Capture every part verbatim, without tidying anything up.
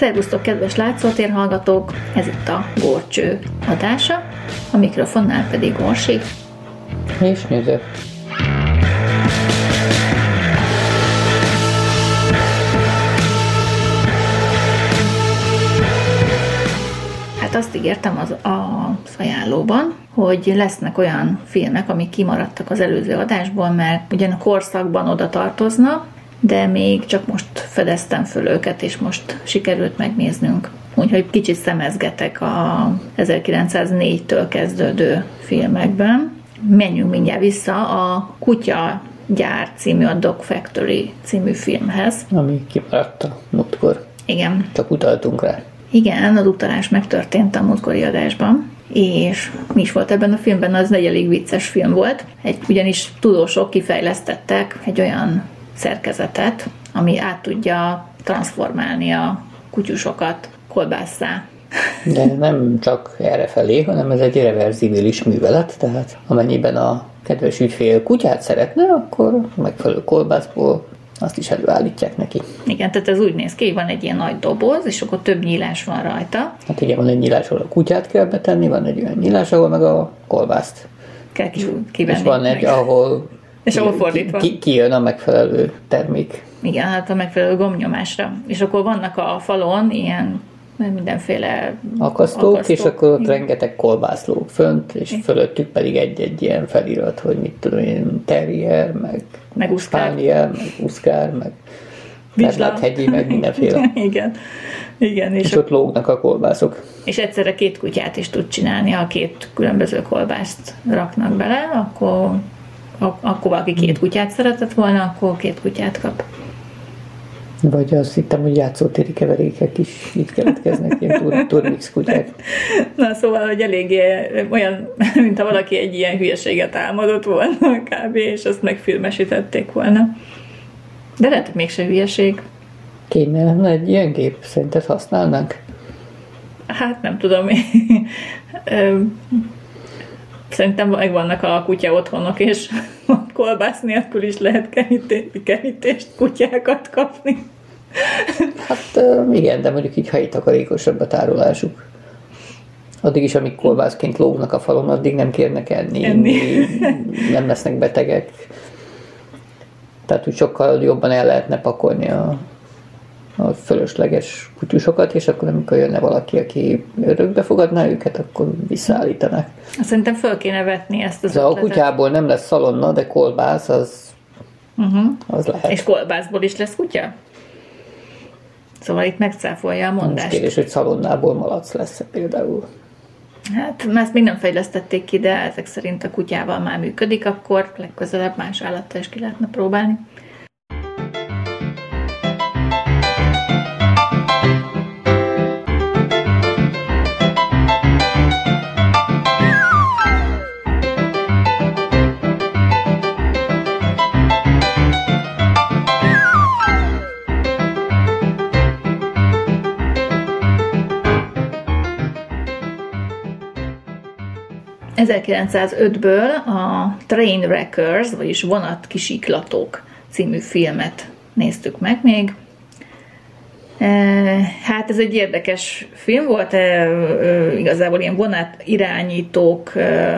Szervusztok, kedves látszótérhallgatók! Ez itt a Górcső adása, a mikrofonnál pedig Orsi. És Nyüző. Hát azt ígértem az, az ajánlóban, hogy lesznek olyan filmek, amik kimaradtak az előző adásból, mert ugyan a korszakban oda tartozna, de még csak most fedeztem föl őket, és most sikerült megnéznünk. Úgyhogy kicsit szemezgetek a ezerkilencszáznégytől kezdődő filmekben. Menjünk mindjárt vissza a Kutya Gyár című, a Dog Factory című filmhez. Ami kimaradt a múltkor. Igen. Csak utaltunk rá. Igen, az utalás megtörtént a múltkori adásban. És mi is volt ebben a filmben? Az egy elég vicces film volt. Egy, ugyanis tudósok kifejlesztettek egy olyan szerkezetet, ami át tudja transformálni a kutyusokat kolbásszá. De nem csak errefelé, hanem ez egy reverzibilis művelet, tehát amennyiben a kedves ügyfél kutyát szeretne, akkor megfelelő kolbászból azt is előállítják neki. Igen, tehát ez úgy néz ki, hogy van egy ilyen nagy doboz, és akkor több nyílás van rajta. Hát ugye van egy nyílás, ahol a kutyát kell betenni, van egy olyan nyílás, ahol meg a kolbászt. Kell kivenni. És van egy, ahol és ahol fordítva. Ki, ki jön a megfelelő termék. Igen, hát a megfelelő gombnyomásra. És akkor vannak a falon ilyen mindenféle akasztók, akasztók. És akkor ott rengeteg kolbász lóg fönt, és igen. Fölöttük pedig egy-egy ilyen felirat, hogy mit tudom én, terrier, meg, meg spániel, meg uszkár, meg terláthegyi, meg mindenféle. Igen. Igen, és, és ott lógnak a kolbászok. És egyszerre két kutyát is tud csinálni, ha két különböző kolbászt raknak bele, akkor, akkor valaki két kutyát szeretett volna, akkor két kutyát kap. Vagy azt hittem, hogy játszótéri keverékek is így keletkeznek, ilyen turmix kutyák. Na szóval, hogy eléggé olyan, mintha valaki egy ilyen hülyeséget álmodott volna kb. És azt megfilmesítették volna. De lehet, hogy mégse hülyeség. Kéne egy ilyen gép, szerinted használnánk? Hát nem tudom. Szerintem megvannak a kutya otthonok, és kolbász nélkül is lehet kerítést, kutyákat kapni. Hát igen, de mondjuk így helytakarékosabb a tárolásuk. Addig is, amíg kolbászként lógnak a falon, addig nem kérnek enni, enni. Nem lesznek betegek. Tehát úgy sokkal jobban el lehetne pakolni a, a fölösleges kutyusokat, és akkor amikor jönne valaki, aki örökbe fogadná őket, akkor visszaállítanak. Szerintem föl kéne vetni ezt az de ötletet. A kutyából nem lesz szalonna, de kolbász az, uh-huh. az lehet. És kolbászból is lesz kutya? Szóval itt megcáfolja a mondást. Most kérdés, hogy szalonnából malac lesz például. Hát ezt még nem fejlesztették ki, de ezek szerint a kutyával már működik, akkor legközelebb más állattal is ki lehetne próbálni. ezerkilencszázötből a Trainwreckers, vagyis Vonatkisiklatók címú filmet néztük meg még. Hát ez egy érdekes film volt, igazából ilyen vonat irányítók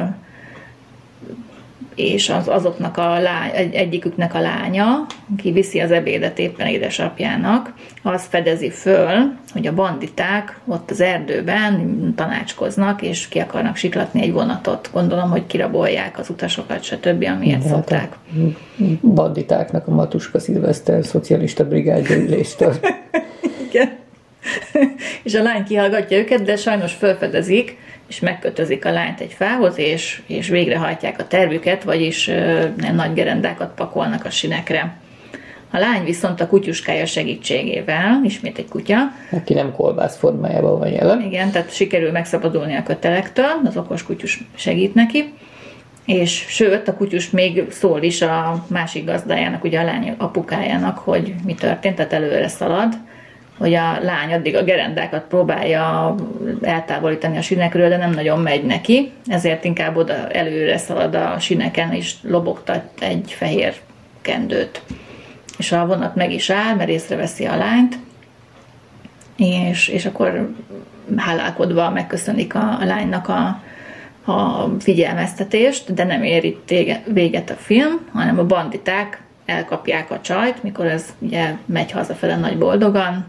és az, azoknak a lány, egy, egyiküknek a lánya, aki viszi az ebédet éppen édesapjának, az fedezi föl, hogy a banditák ott az erdőben tanácskoznak, és ki akarnak siklatni egy vonatot. Gondolom, hogy kirabolják az utasokat, stb., amilyet szokták. Banditáknak a Matuska Szilveszter szocialista brigádja üléstől. Igen. És a lány kihallgatja őket, de sajnos felfedezik, és megkötözik a lányt egy fához, és, és végrehajtják a tervüket, vagyis ö, nagy gerendákat pakolnak a sinekre. A lány viszont a kutyuskája segítségével, ismét egy kutya. Aki nem kolbász formájában van jelen. Igen, tehát sikerül megszabadulni a kötelektől, az okos kutyus segít neki, és sőt, a kutyus még szól is a másik gazdájának, ugye a lány apukájának, hogy mi történt, tehát előre szalad, hogy a lány addig a gerendákat próbálja eltávolítani a sinekről, de nem nagyon megy neki, ezért inkább oda előre szalad a sineken, és lobogtat egy fehér kendőt. És a vonat meg is áll, mert észreveszi a lányt, és, és akkor hálálkodva megköszönik a, a lánynak a, a figyelmeztetést, de nem ér itt véget a film, hanem a banditák elkapják a csajt, mikor ez ugye megy hazafele nagy boldogan,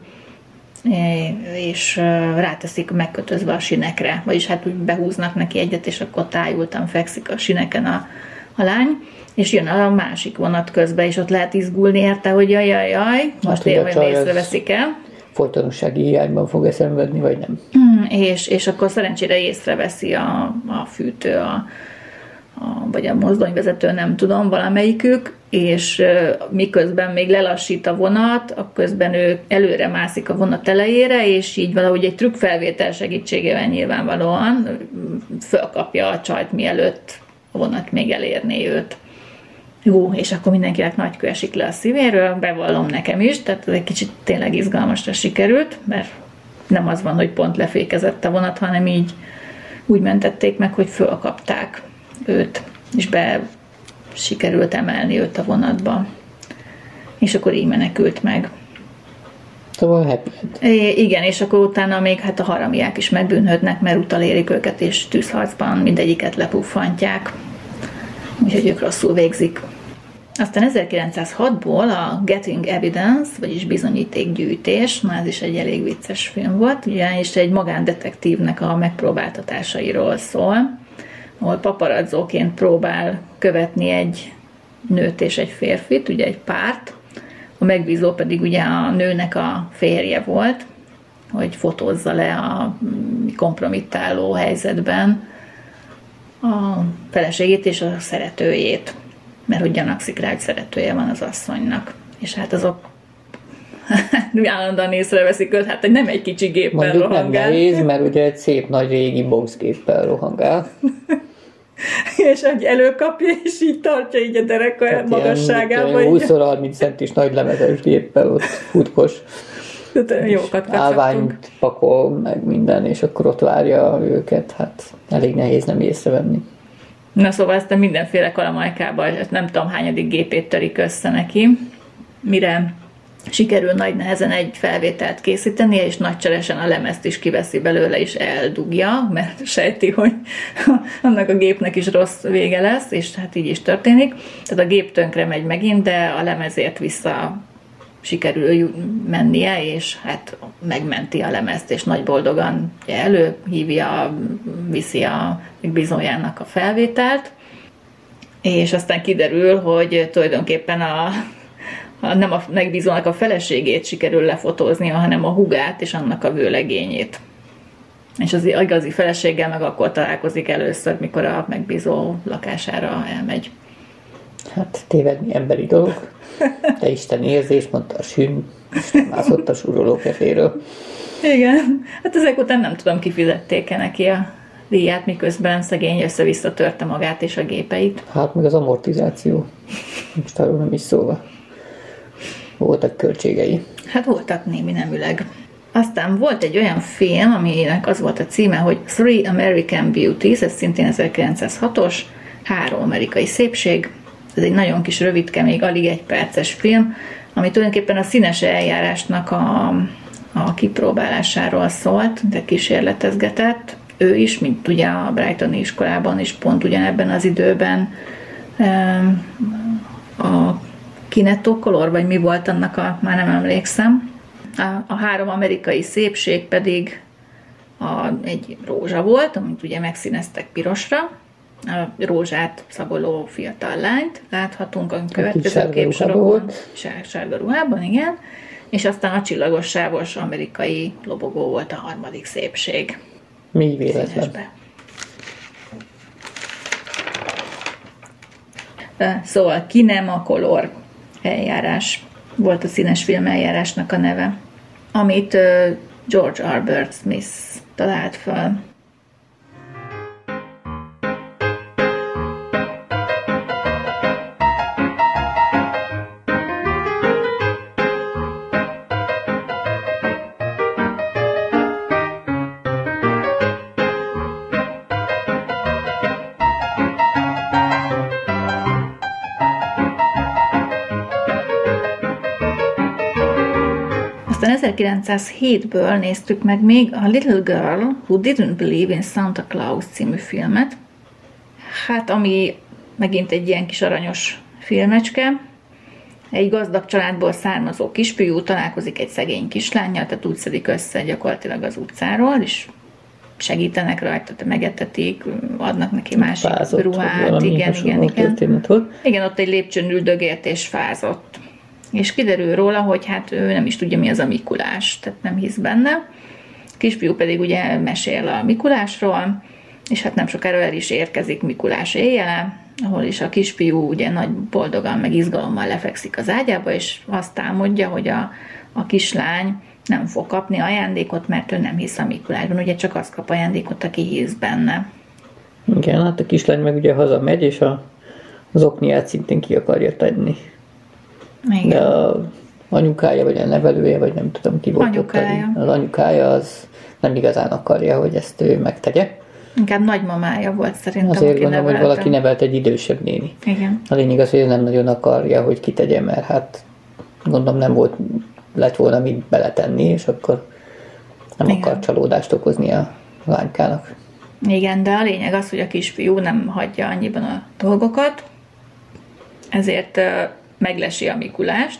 és ráteszik megkötözve a sinekre, vagyis hát úgy behúznak neki egyet, és akkor tájultan fekszik a sineken a, a lány, és jön a másik vonat közbe, és ott lehet izgulni érte, hogy jaj, jaj, jaj, most én majd észreveszik el. Folytonossági hiányban fog-e szenvedni, vagy nem? Mm, és, és akkor szerencsére észreveszi a, a fűtő, a, a, vagy a mozdonyvezető, nem tudom, valamelyikük, és uh, miközben még lelassít a vonat, akközben ő előre mászik a vonat elejére, és így valahogy egy trükkfelvétel segítségével nyilvánvalóan fölkapja a csajt, mielőtt a vonat még elérné őt. Jó, és akkor mindenkinek nagy kő esik le a szívéről, bevallom nekem is, tehát ez egy kicsit tényleg izgalmasra sikerült, mert nem az van, hogy pont lefékezett a vonat, hanem így úgy mentették meg, hogy fölkapták őt, és be sikerült emelni őt a vonatba. És akkor így menekült meg. Szóval happy end. Igen, és akkor utána még hát a haramiák is megbűnhődnek, mert utalérik őket, és tűzharcban mindegyiket lepuffantják. Úgyhogy ők rosszul végzik. Aztán ezerkilencszázhatból a Getting Evidence, vagyis bizonyítékgyűjtés, már ez is egy elég vicces film volt, ugyanis egy magándetektívnek a megpróbáltatásairól szól, ahol paparazzóként próbál követni egy nőt és egy férfit, ugye egy párt, a megbízó pedig ugye a nőnek a férje volt, hogy fotózza le a kompromittáló helyzetben a feleségét és a szeretőjét, mert hogy gyanakszik rá, hogy szeretője van az asszonynak. És hát azok állandóan észreveszik őt, hát nem egy kicsi géppel mondjuk rohangál. Mondjuk nem nehéz, mert ugye egy szép nagy régi boxgéppel rohangál. És hogy előkapja, és így tartja így a dereka hát magasságában. húsz-harminc centis nagy lemezes géppel ott futkos. Jókat állványt pakol, meg minden, és akkor ott várja őket. Hát elég nehéz nem észrevenni. Na szóval aztán mindenféle kalamajkában, nem tudom hányadik gépét törik össze neki, mire sikerül nagy nehezen egy felvételt készítenie, és nagycseresen a lemezt is kiveszi belőle, és eldugja, mert sejti, hogy annak a gépnek is rossz vége lesz, és hát így is történik. Tehát a gép tönkre megy megint, de a lemezért vissza sikerül mennie, és hát megmenti a lemezt, és nagy boldogan előhívja, viszi a bizonyának a felvételt, és aztán kiderül, hogy tulajdonképpen a, a, nem a megbízónak a feleségét sikerül lefotóznia, hanem a hugát és annak a vőlegényét. És az igazi feleséggel meg akkor találkozik először, mikor a megbízó lakására elmegy. Hát tévedni emberi dolog. De Isten érzés, mondta a sűn, Isten mászott a suroló keféről. Igen, hát ezek után nem tudom, kifizették-e neki a díját, miközben szegény össze-vissza törte magát és a gépeit. Hát meg az amortizáció. Most arról nem is szóval. Voltak költségei. Hát voltak némi nemüleg. Aztán volt egy olyan film, aminek az volt a címe, hogy Three American Beauties, ez szintén ezerkilencszázhatos, három amerikai szépség. Ez egy nagyon kis rövidke, még alig egy perces film, ami tulajdonképpen a színes eljárásnak a, a kipróbálásáról szólt, de kísérletezgetett. Ő is, mint ugye a Brightoni iskolában is pont ugyanebben az időben a kinetocolor, vagy mi volt annak a, már nem emlékszem. A, a három amerikai szépség pedig a, egy rózsa volt, amit ugye megszíneztek pirosra. A rózsát szagoló fiatal lányt láthatunk a következő képsorokban, sárga ruhában, igen, és aztán a csillagos sávos amerikai lobogó volt a harmadik szépség. Mi véletlen. Szóval kinemacolor eljárás volt a színes film eljárásnak a neve, amit George Herbert Smith talált fel. Aztán ezerkilencszázhétből néztük meg még a Little Girl Who Didn't Believe in Santa Claus című filmet. Hát, ami megint egy ilyen kis aranyos filmecske. Egy gazdag családból származó kisfiú találkozik egy szegény kislánnyal, tehát úgy szedik össze gyakorlatilag az utcáról, és segítenek rajta, megetetik, adnak neki másik fázott, ruhát. Igen, igen, igen. Ott. Igen, ott egy lépcsőn üldögélt és fázott. És kiderül róla, hogy hát ő nem is tudja, mi az a Mikulás, tehát nem hisz benne. A kisfiú pedig ugye mesél a Mikulásról, és hát nem sokára el is érkezik Mikulás éjjele, ahol is a kisfiú ugye nagy boldogan, meg izgalommal lefekszik az ágyába, és azt álmodja, hogy a, a kislány nem fog kapni ajándékot, mert ő nem hisz a Mikulásban, ugye csak azt kap ajándékot, aki hisz benne. Igen, hát a kislány meg ugye hazamegy, és a, az okniát szintén ki akarja tenni. Igen. De a anyukája, vagy a nevelője, vagy nem tudom ki volt anyukája. Ott, az anyukája az nem igazán akarja, hogy ezt ő megtegye. Inkább nagymamája volt szerintem, Azért aki gondolom, nevelte. hogy valaki nevelt egy idősebb néni. Igen. A lényeg az, hogy ő nem nagyon akarja, hogy kitegye, mert hát gondolom nem volt, lett volna mit beletenni, és akkor nem Igen. akar csalódást okozni a lánykának. Igen, de a lényeg az, hogy a kisfiú nem hagyja annyiban a dolgokat, ezért uh, meglesi a Mikulást,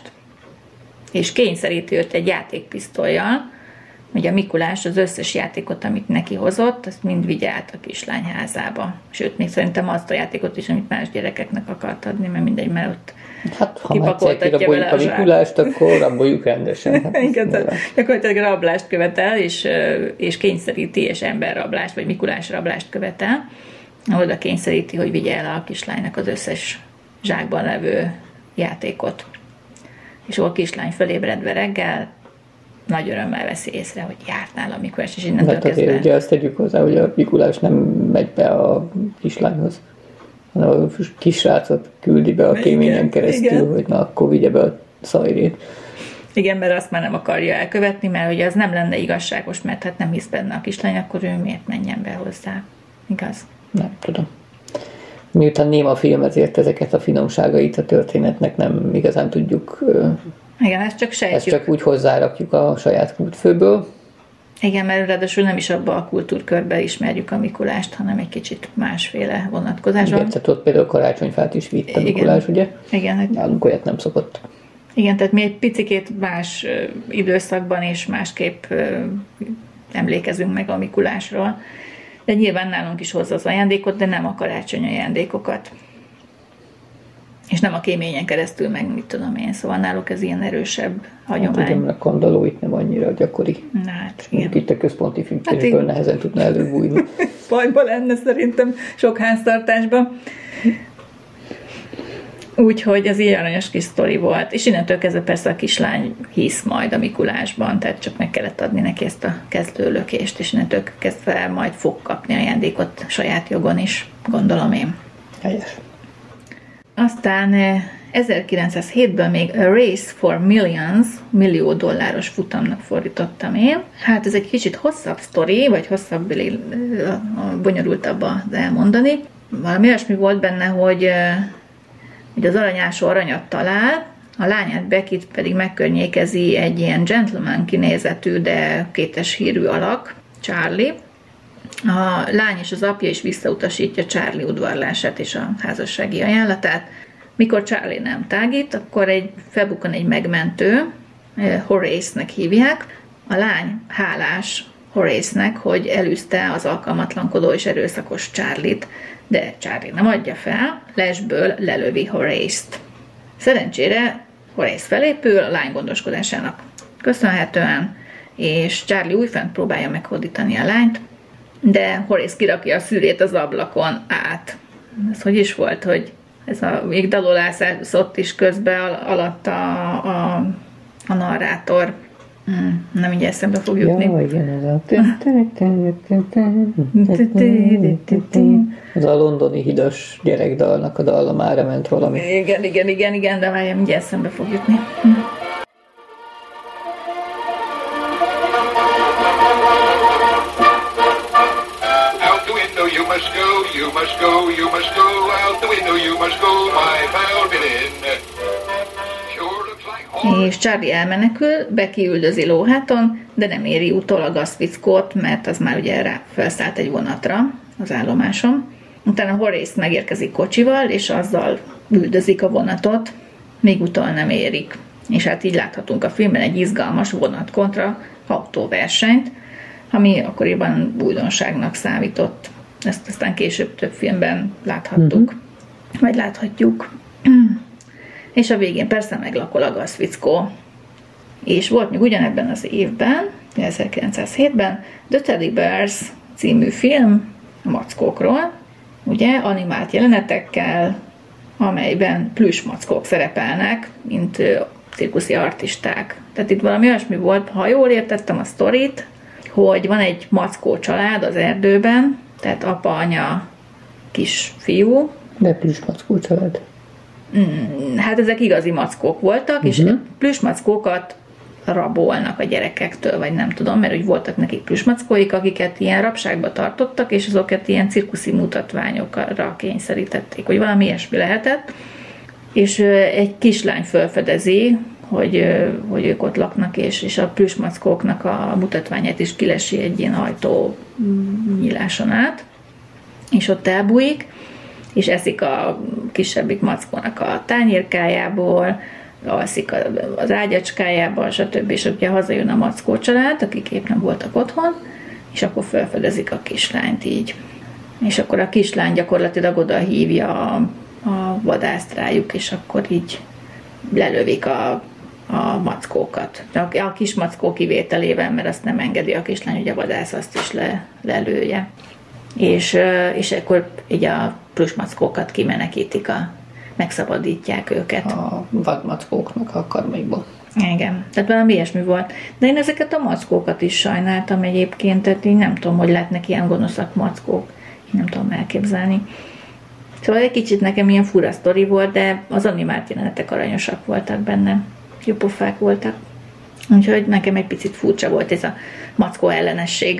és kényszeríti őt egy játékpisztollyal, hogy a Mikulás az összes játékot, amit neki hozott, azt mind vigye át a kislány házába. Sőt, még szerintem azt a játékot is, amit más gyerekeknek akart adni, mert mindegy, mert ott hát, ha már egyszer kiraboljuk a Mikulást, akkor raboljuk rendesen. Hát igen, gyakorlatilag rablást követel, és, és kényszeríti, és emberrablást, vagy Mikulás rablást követel. Oda kényszeríti, hogy vigye el a kislánynak az összes zsákban levő játékot. És ahol a kislány fölébredve reggel, nagy örömmel veszi észre, hogy járt nála a Mikulás, és innentől hát azért kezdve... ugye azt tegyük hozzá, hogy a Mikulás nem megy be a kislányhoz, hanem a kisrácot küldi be a kéményen keresztül, igen. Hogy na, akkor vigye be a szajrét. Igen, mert azt már nem akarja elkövetni, mert ugye az nem lenne igazságos, mert hát nem hisz benne a kislány, akkor ő miért menjen be hozzá? Igaz? Nem tudom. Miután néma film, ezért ezeket a finomságait a történetnek nem igazán tudjuk... Igen, ezt csak sejtjük. Ezt csak úgy hozzárakjuk a saját kultfőből. Igen, mert ráadásul nem is abba a kultúrkörbe ismerjük a Mikulást, hanem egy kicsit másféle vonatkozásban. Igen, tehát ott például karácsonyfát is vitt a Mikulás, ugye? Igen. Hogy... Nálunk olyat nem szokott. Igen, tehát mi egy picikét más időszakban és másképp emlékezünk meg a Mikulásról. De nyilván nálunk is hozza az ajándékot, de nem a karácsony ajándékokat. És nem a kéményen keresztül, meg mit tudom én, szóval náluk ez ilyen erősebb hagyomány. Hát ugye, a kandalló itt nem annyira gyakori. Na hát, igen. Itt a központi fűtésből hát nehezen tudna előbújni. Bajba lenne szerintem sok háztartásban. Úgyhogy ez így aranyos kis sztori volt. És innentől kezdve persze a kislány hisz majd a Mikulásban, tehát csak meg kellett adni neki ezt a kezdőlökést, és innentől kezdve majd fog kapni ajándékot saját jogon is, gondolom én. Helyes. Aztán ezerkilencszázhétből még A Race for Millions, millió dolláros futamnak fordítottam én. Hát ez egy kicsit hosszabb sztori, vagy hosszabb, bonyolultabb az elmondani. Valami olyasmi volt benne, hogy, hogy az aranyásó aranyat talál, a lányát Beckit pedig megkörnyékezi egy ilyen gentleman kinézetű, de kétes hírű alak, Charlie. A lány és az apja is visszautasítja Charlie udvarlását és a házassági ajánlatát. Mikor Charlie nem tágít, akkor egy, felbukkan egy megmentő, Horace-nek hívják. A lány hálás Horace-nek, hogy elűzte az alkalmatlankodó és erőszakos Charlie-t, de Charlie nem adja fel, lesből lelövi Horace-t. Szerencsére Horace felépül a lány gondoskodásának köszönhetően, és Charlie újfent próbálja meghódítani a lányt, de Horace kirakja a szűrét az ablakon át. Ez hogy is volt, hogy ez a még dalolászott is közben alatt a, a, a narrátor. Hmm, nem így eszembe fog jutni. Ja, igen, ez a... Ez a londoni hidas gyerekdalnak a dallamára ment valami. Igen, igen, igen, igen, de várjam, így eszembe fog jutni. You must go, you must go, you must go out the window, you must go, my pal, get in. Sure looks like és Charlie elmenekül, Becky üldözi lóháton, de nem éri utol a gazfickót, mert az már ugye rá felszállt egy vonatra az állomáson. Utána Horace megérkezik kocsival, és azzal üldözik a vonatot, még utol nem érik. És hát így láthatunk a filmben egy izgalmas vonat kontra autóversenyt, ami akkoriban újdonságnak számított. Ezt aztán később több filmben láthattuk, uh-huh. vagy láthatjuk. És a végén persze meglakol a gazfickó. És volt még ugyanebben az évben, ezerkilencszázhétben, The Teddy Bears című film a mackókról, ugye animált jelenetekkel, amelyben plüss mackók szerepelnek, mint cirkuszi artisták. Tehát itt valami olyasmi volt, ha jól értettem a sztorit, hogy van egy mackó család az erdőben, tehát apa, anya, kisfiú. De plüss mackó család. Hát ezek igazi mackók voltak, uh-huh. és plüss mackókat rabolnak a gyerekektől, vagy nem tudom, mert úgy voltak nekik plüss mackóik, akiket ilyen rabságba tartottak, és azokat ilyen cirkuszi mutatványokra kényszerítették, hogy valami ilyesmi lehetett. És egy kislány felfedezi, hogy, hogy ők ott laknak, és, és a plüss mackóknak a mutatványát is kilesi egy ilyen ajtó nyíláson át, és ott elbújik, és eszik a kisebbik mackónak a tányérkájából, alszik az ágyacskájából, stb. És ugye hazajön a mackó család, akik épp nem voltak otthon, és akkor felfedezik a kislányt így. És akkor a kislány gyakorlatilag oda hívja a, a vadászt rájuk, és akkor így lelövik a, a mackókat. A, a kis mackó kivételével, mert azt nem engedi a kislány, hogy a vadász azt is le, lelője. És, és akkor így a plüss mackókat kimenekítik, a, megszabadítják őket. A vadmackóknak a karmaiból. Igen, tehát valami ilyesmi volt. De én ezeket a mackókat is sajnáltam egyébként, tehát én nem tudom, hogy lehetnek ilyen gonoszak mackók. Én nem tudom elképzelni. Szóval egy kicsit nekem ilyen fura sztori volt, de az animált jelenetek aranyosak voltak benne. Jó pofák voltak. Úgyhogy nekem egy picit furcsa volt ez a mackó ellenesség.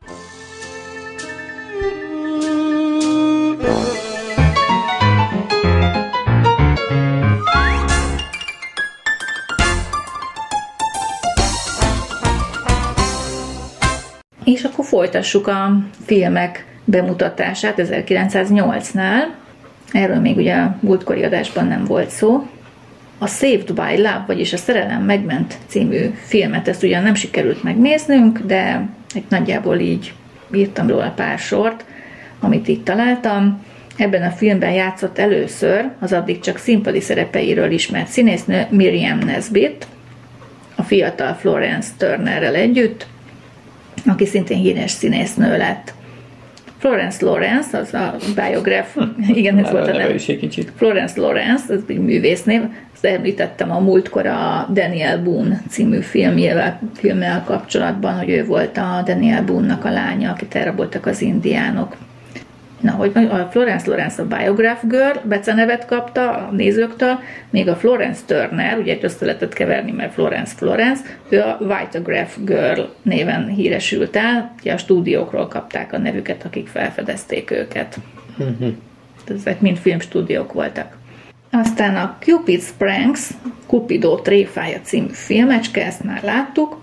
És akkor folytassuk a filmek bemutatását ezerkilencszáznyolcnál. Erről még ugye a múltkori adásban nem volt szó. A Saved by Love, vagyis a Szerelem megment című filmet, ezt ugyan nem sikerült megnéznünk, de egy nagyjából így írtam róla pár sort, amit itt találtam. Ebben a filmben játszott először az addig csak színpadi szerepeiről ismert színésznő Miriam Nesbitt, a fiatal Florence Turnerrel együtt, aki szintén híres színésznő lett. Florence Lawrence, az a biograf, igen, ez volt a neve. Florence Lawrence, ez egy művésznév, azt említettem a múltkor a Daniel Boone című filmjével, filmmel kapcsolatban, hogy ő volt a Daniel Boone-nak a lánya, akit elraboltak az indiánok. Na, hogy a Florence Lawrence a Biograph Girl becenevet kapta a nézőktől, még a Florence Turner, ugye össze lehetett keverni, mert Florence Florence, ő a Vitagraph Girl néven híresült el, ugye a stúdiókról kapták a nevüket, akik felfedezték őket. Uh-huh. Ezek mind filmstúdiók voltak. Aztán a Cupid's Pranks, Cupidó tréfája című filmecske, ezt már láttuk.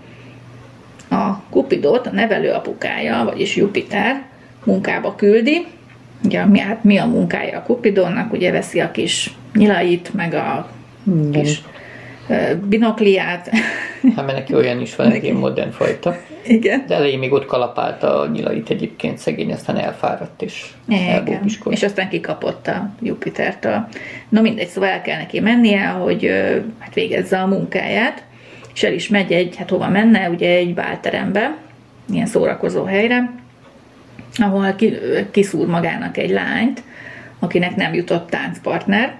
A Cupidót a nevelőapukája, vagyis Jupiter munkába küldi. Ugye, mi, hát mi a munkája a Cupidónak? Ugye veszi a kis nyilait, meg a mm. kis uh, binokliát. Hát mert neki olyan is van, egy ilyen modern fajta. Igen. De elején még ott kalapálta a nyilait egyébként szegény, aztán elfáradt és elbópiskolt. És aztán kikapott a Jupitertől. No mindegy, szóval el kell neki mennie, hogy uh, hát végezze a munkáját, és el is megy egy, hát hova menne, ugye egy bálterembe, ilyen szórakozó helyre, ahol kiszúr magának egy lányt, akinek nem jutott táncpartner,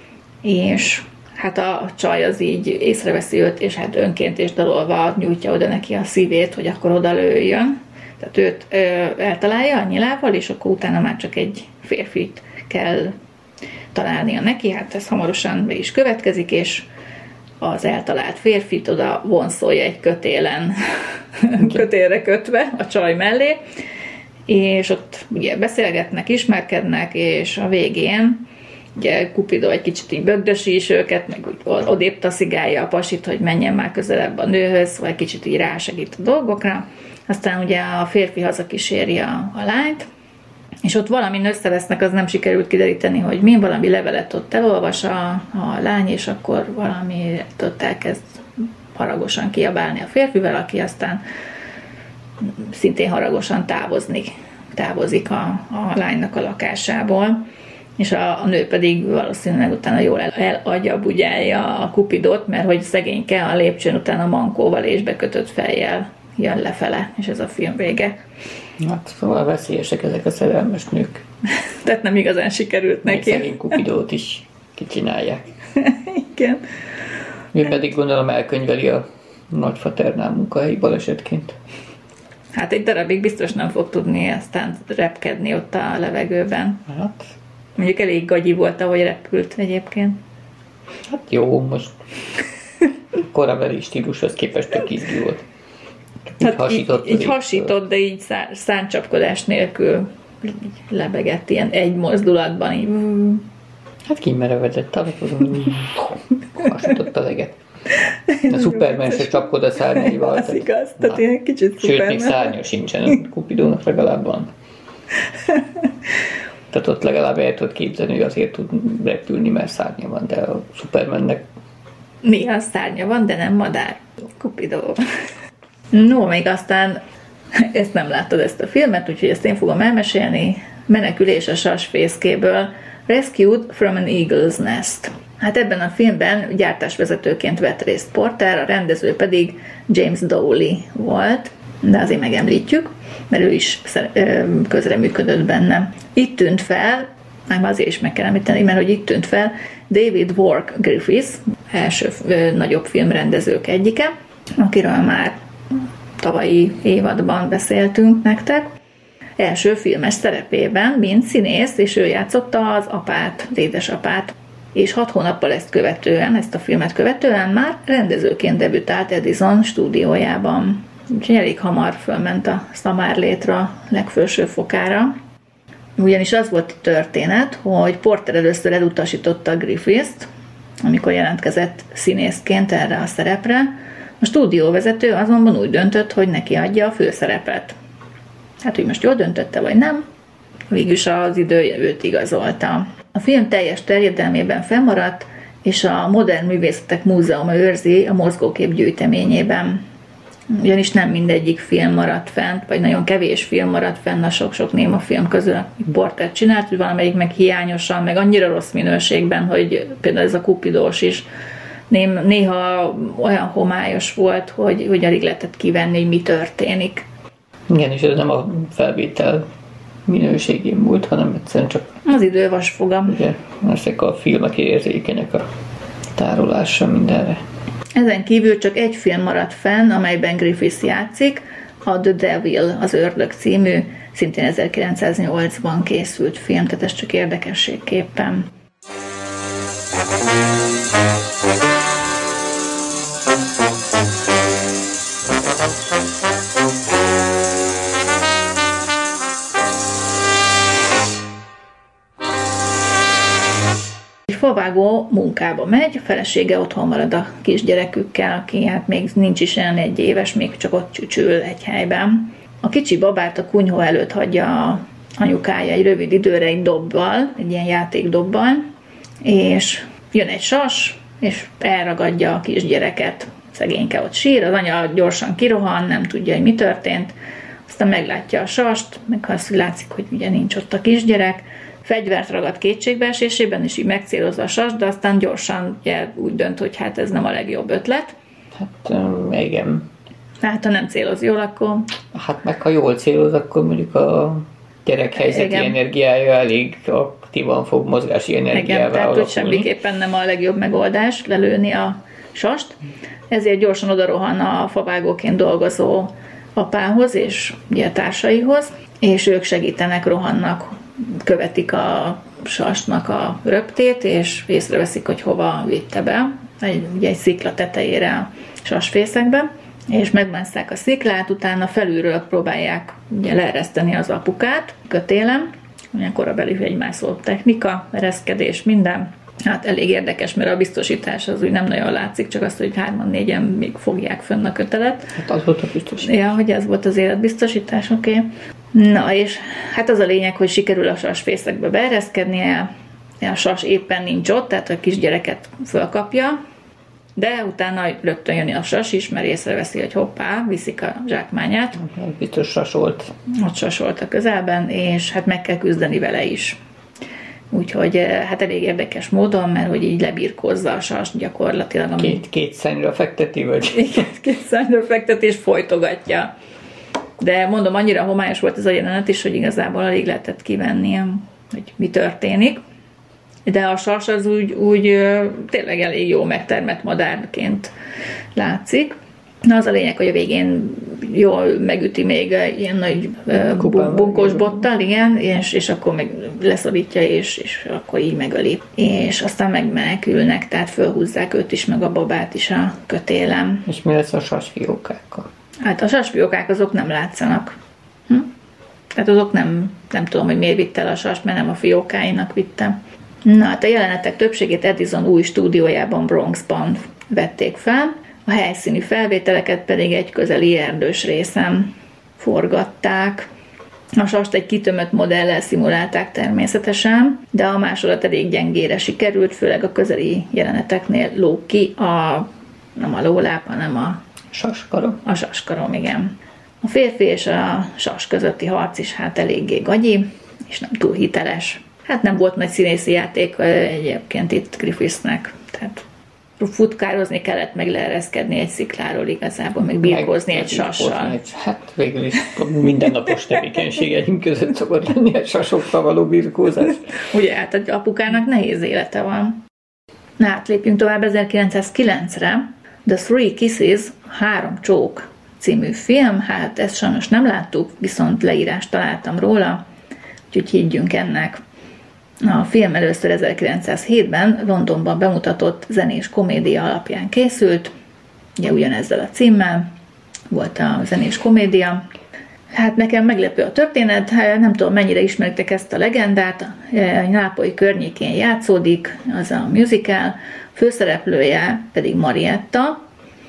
és hát a csaj az így észreveszi őt, és hát önként és dalolva nyújtja oda neki a szívét, hogy akkor oda lőjön. Tehát őt ö, eltalálja a nyilával, és akkor utána már csak egy férfit kell találnia neki, hát ez hamarosan be is következik, és az eltalált férfit oda vonszolja egy kötélen, kötélre kötve a csaj mellé, és ott ugye beszélgetnek, ismerkednek, és a végén ugye Cupido egy kicsit így bögdösi is őket, meg úgy odébb taszigálja a pasit, hogy menjen már közelebb a nőhöz, vagy kicsit így rásegít a dolgokra. Aztán ugye a férfi hazakíséri a, a lányt, és ott valamin összevesznek, az nem sikerült kideríteni, hogy mi, valami levelet ott elolvas a, a lány, és akkor valami ott elkezd haragosan kiabálni a férfivel, aki aztán szintén haragosan távozni, távozik a, a lánynak a lakásából, és a, a nő pedig valószínűleg utána jól el, elagyabudjálja a Cupidot, mert hogy szegényke a lépcsőn utána mankóval és bekötött fejjel jön lefele, és ez a film vége. Hát szóval veszélyesek ezek a szerelmes nők. Tehát nem igazán sikerült Még neki. szegény Cupidót is kicsinálják. Igen. Ő pedig gondolom elkönyveli a nagyfaternál munkahelyi balesetként. Hát egy darabig biztos nem fog tudni aztán repkedni ott a levegőben. Hát, Mondjuk elég gagyi volt, ahogy repült egyébként. hát jó, most korabeli stílushoz képest tök izgi volt. Így Hát hasított. így, így hasított, de így szá- száncsapkodás nélkül így lebegett ilyen egy mozdulatban. Így. Hát kimerevedett, amikor hasított a leget. A Superman se csapkod a szárnyaival. Az igaz, tehát ilyen kicsit Sőt, Superman. még szárnya sincsen, a Cupidónak legalább van. Tehát ott legalább el tudod képzelni, hogy azért tud repülni, mert szárnya van, de a Supermannek Néha szárnya van, de nem madár. Cupido. No, még aztán ezt nem láttad ezt a filmet, úgyhogy ezt én fogom elmesélni. Menekülés a sasfészkéből. Rescued from an Eagle's Nest. Hát ebben a filmben gyártásvezetőként vett részt Porter, a rendező pedig James Dowley volt, de azért megemlítjük, mert ő is közreműködött benne. Itt tűnt fel, már azért is meg kell említeni, mert hogy itt tűnt fel David Wark Griffiths, első ö, nagyobb filmrendezők egyike, akiről már tavalyi évadban beszéltünk nektek. Első filmes szerepében, mint színész, és ő játszotta az apát, az édesapát. És hat hónappal ezt követően, ezt a filmet követően már rendezőként debütált Edison stúdiójában. Úgyhogy elég hamar fölment a szamárlétra legfelső fokára. Ugyanis az volt a történet, hogy Porter először elutasította Griffitht, amikor jelentkezett színészként erre a szerepre. A stúdióvezető azonban úgy döntött, hogy neki adja a főszerepet. Hát, hogy most jól döntötte, vagy nem, végülis az idő őt igazolta. A film teljes terjedelmében fennmaradt, és a Modern Művészetek Múzeuma őrzi a mozgókép gyűjteményében. Ugyanis nem mindegyik film maradt fent, vagy nagyon kevés film maradt fenn a sok-sok néma film közül, amit Porter csinált, hogy valamelyik meg hiányosan, meg annyira rossz minőségben, hogy például ez a Cupidós is néha olyan homályos volt, hogy, hogy alig lehetett kivenni, hogy mi történik. Igen, és ez nem a felvétel minőségén múlt, hanem egyszerűen csak az idő vasfoga. ugye, ezek a filmek érzékenyek a tárolásra mindenre. Ezen kívül csak egy film maradt fenn, amelyben Griffiths játszik, a The Devil, az Ördög című, szintén ezerkilencszáznyolcban készült film, tehát ez csak érdekességképpen. Favágó munkába megy, a felesége otthon marad a kisgyerekükkel, aki hát még nincs is olyan egy éves, még csak ott csücsül egy helyben. A kicsi babát a kunyhó előtt hagyja a anyukája egy rövid időre egy dobbal, egy ilyen játékdobbal, és jön egy sas, és elragadja a kisgyereket. Szegényke ott sír, az anya gyorsan kirohan, nem tudja, hogy mi történt, aztán meglátja a sast, meg azt látszik, hogy ugye nincs ott a kisgyerek, fegyvert ragad kétségbeesésében, és így megcélozza a sas, de aztán gyorsan ugye, úgy dönt, hogy hát ez nem a legjobb ötlet. Hát igen. Hát ha nem céloz jól, akkor... Hát meg ha jól céloz, akkor mondjuk a gyerek helyzeti igen. energiája elég aktívan fog mozgási energiává Igen, tehát alakulni. hogy semmiképpen nem a legjobb megoldás lelőni a sast. Ezért gyorsan odarohan a favágóként dolgozó apához és ugye a társaihoz, és ők segítenek, rohannak, követik a sasnak a röptét, és észreveszik, hogy hova vitte be, egy, ugye egy szikla tetejére a sasfészekbe, és megmásszák a sziklát, utána felülről próbálják ugye leereszteni az apukát kötélem, olyan korabeli hegymászó technika, ereszkedés, minden. Hát elég érdekes, mert a biztosítás az úgy nem nagyon látszik, csak azt, hogy hárman, négyen még fogják fönn a kötelet. Hát az volt a biztosítás. Ja, hogy ez volt az életbiztosítás, oké. Okay. Na és hát az a lényeg, hogy sikerül a sasfészekbe beereszkednie, a sas éppen nincs ott, tehát a kisgyereket fölkapja, de utána rögtön jön a sas is, mert észreveszi, hogy hoppá, viszik a zsákmányát. Biztos sas volt. Ott sas volt a közelben, és hát meg kell küzdeni vele is. Úgyhogy hát elég érdekes módon, mert hogy így lebirkózza a sast gyakorlatilag. Ami... Két, két szányra fekteti, vagy? Igen, két szányra fekteti, és folytogatja. De mondom, annyira homályos volt ez a jelenet is, hogy igazából alig lehetett kivenni, hogy mi történik. De a sas az úgy, úgy tényleg elég jó megtermett madárként látszik. Na az a lényeg, hogy a végén jól megüti még ilyen nagy Kupán bunkós bottal, igen, és, és akkor meg leszorítja, és, és akkor így megöli. És aztán megmenekülnek, tehát fölhúzzák őt is, meg a babát is a kötélem. És mi lesz a sasfiókákkal? Hát a sasfiókák azok nem látszanak. Hm? Tehát azok nem, nem tudom, hogy miért vitte el a sast, mert nem a fiókáinak vittem. Na hát a jelenetek többségét Edison új stúdiójában, Bronxban vették fel, a helyszíni felvételeket pedig egy közeli erdős részen forgatták. A sast egy kitömött modellel szimulálták természetesen, de a másolat elég gyengére sikerült, főleg a közeli jeleneteknél lóg ki a, nem a lóláp, hanem a saskarom. A saskarom, igen. A férfi és a sas közötti harc is hát eléggé gagyi, és nem túl hiteles. Hát nem volt nagy színészi játék egyébként itt Griffithsnek, tehát futkározni kellett, meg leereszkedni egy szikláról igazából, meg birkózni egy sassal. Egy, hát végül is mindennapos tevékenységeink között szokott lenni egy sasokkal való birkózás. Ugye, hát az apukának nehéz élete van. Na hát lépjünk tovább ezerkilencszázkilencre. The Three Kisses, Három csók című film, hát ezt sajnos nem láttuk, viszont leírást találtam róla, úgyhogy higgyünk ennek. A film először ezerkilencszázhétben Londonban bemutatott zenés komédia alapján készült, ugye ugyanezzel a címmel volt a zenés komédia. Hát nekem meglepő a történet, nem tudom mennyire ismeritek ezt a legendát, Nápoly környékén játszódik, az a musical, főszereplője pedig Marietta,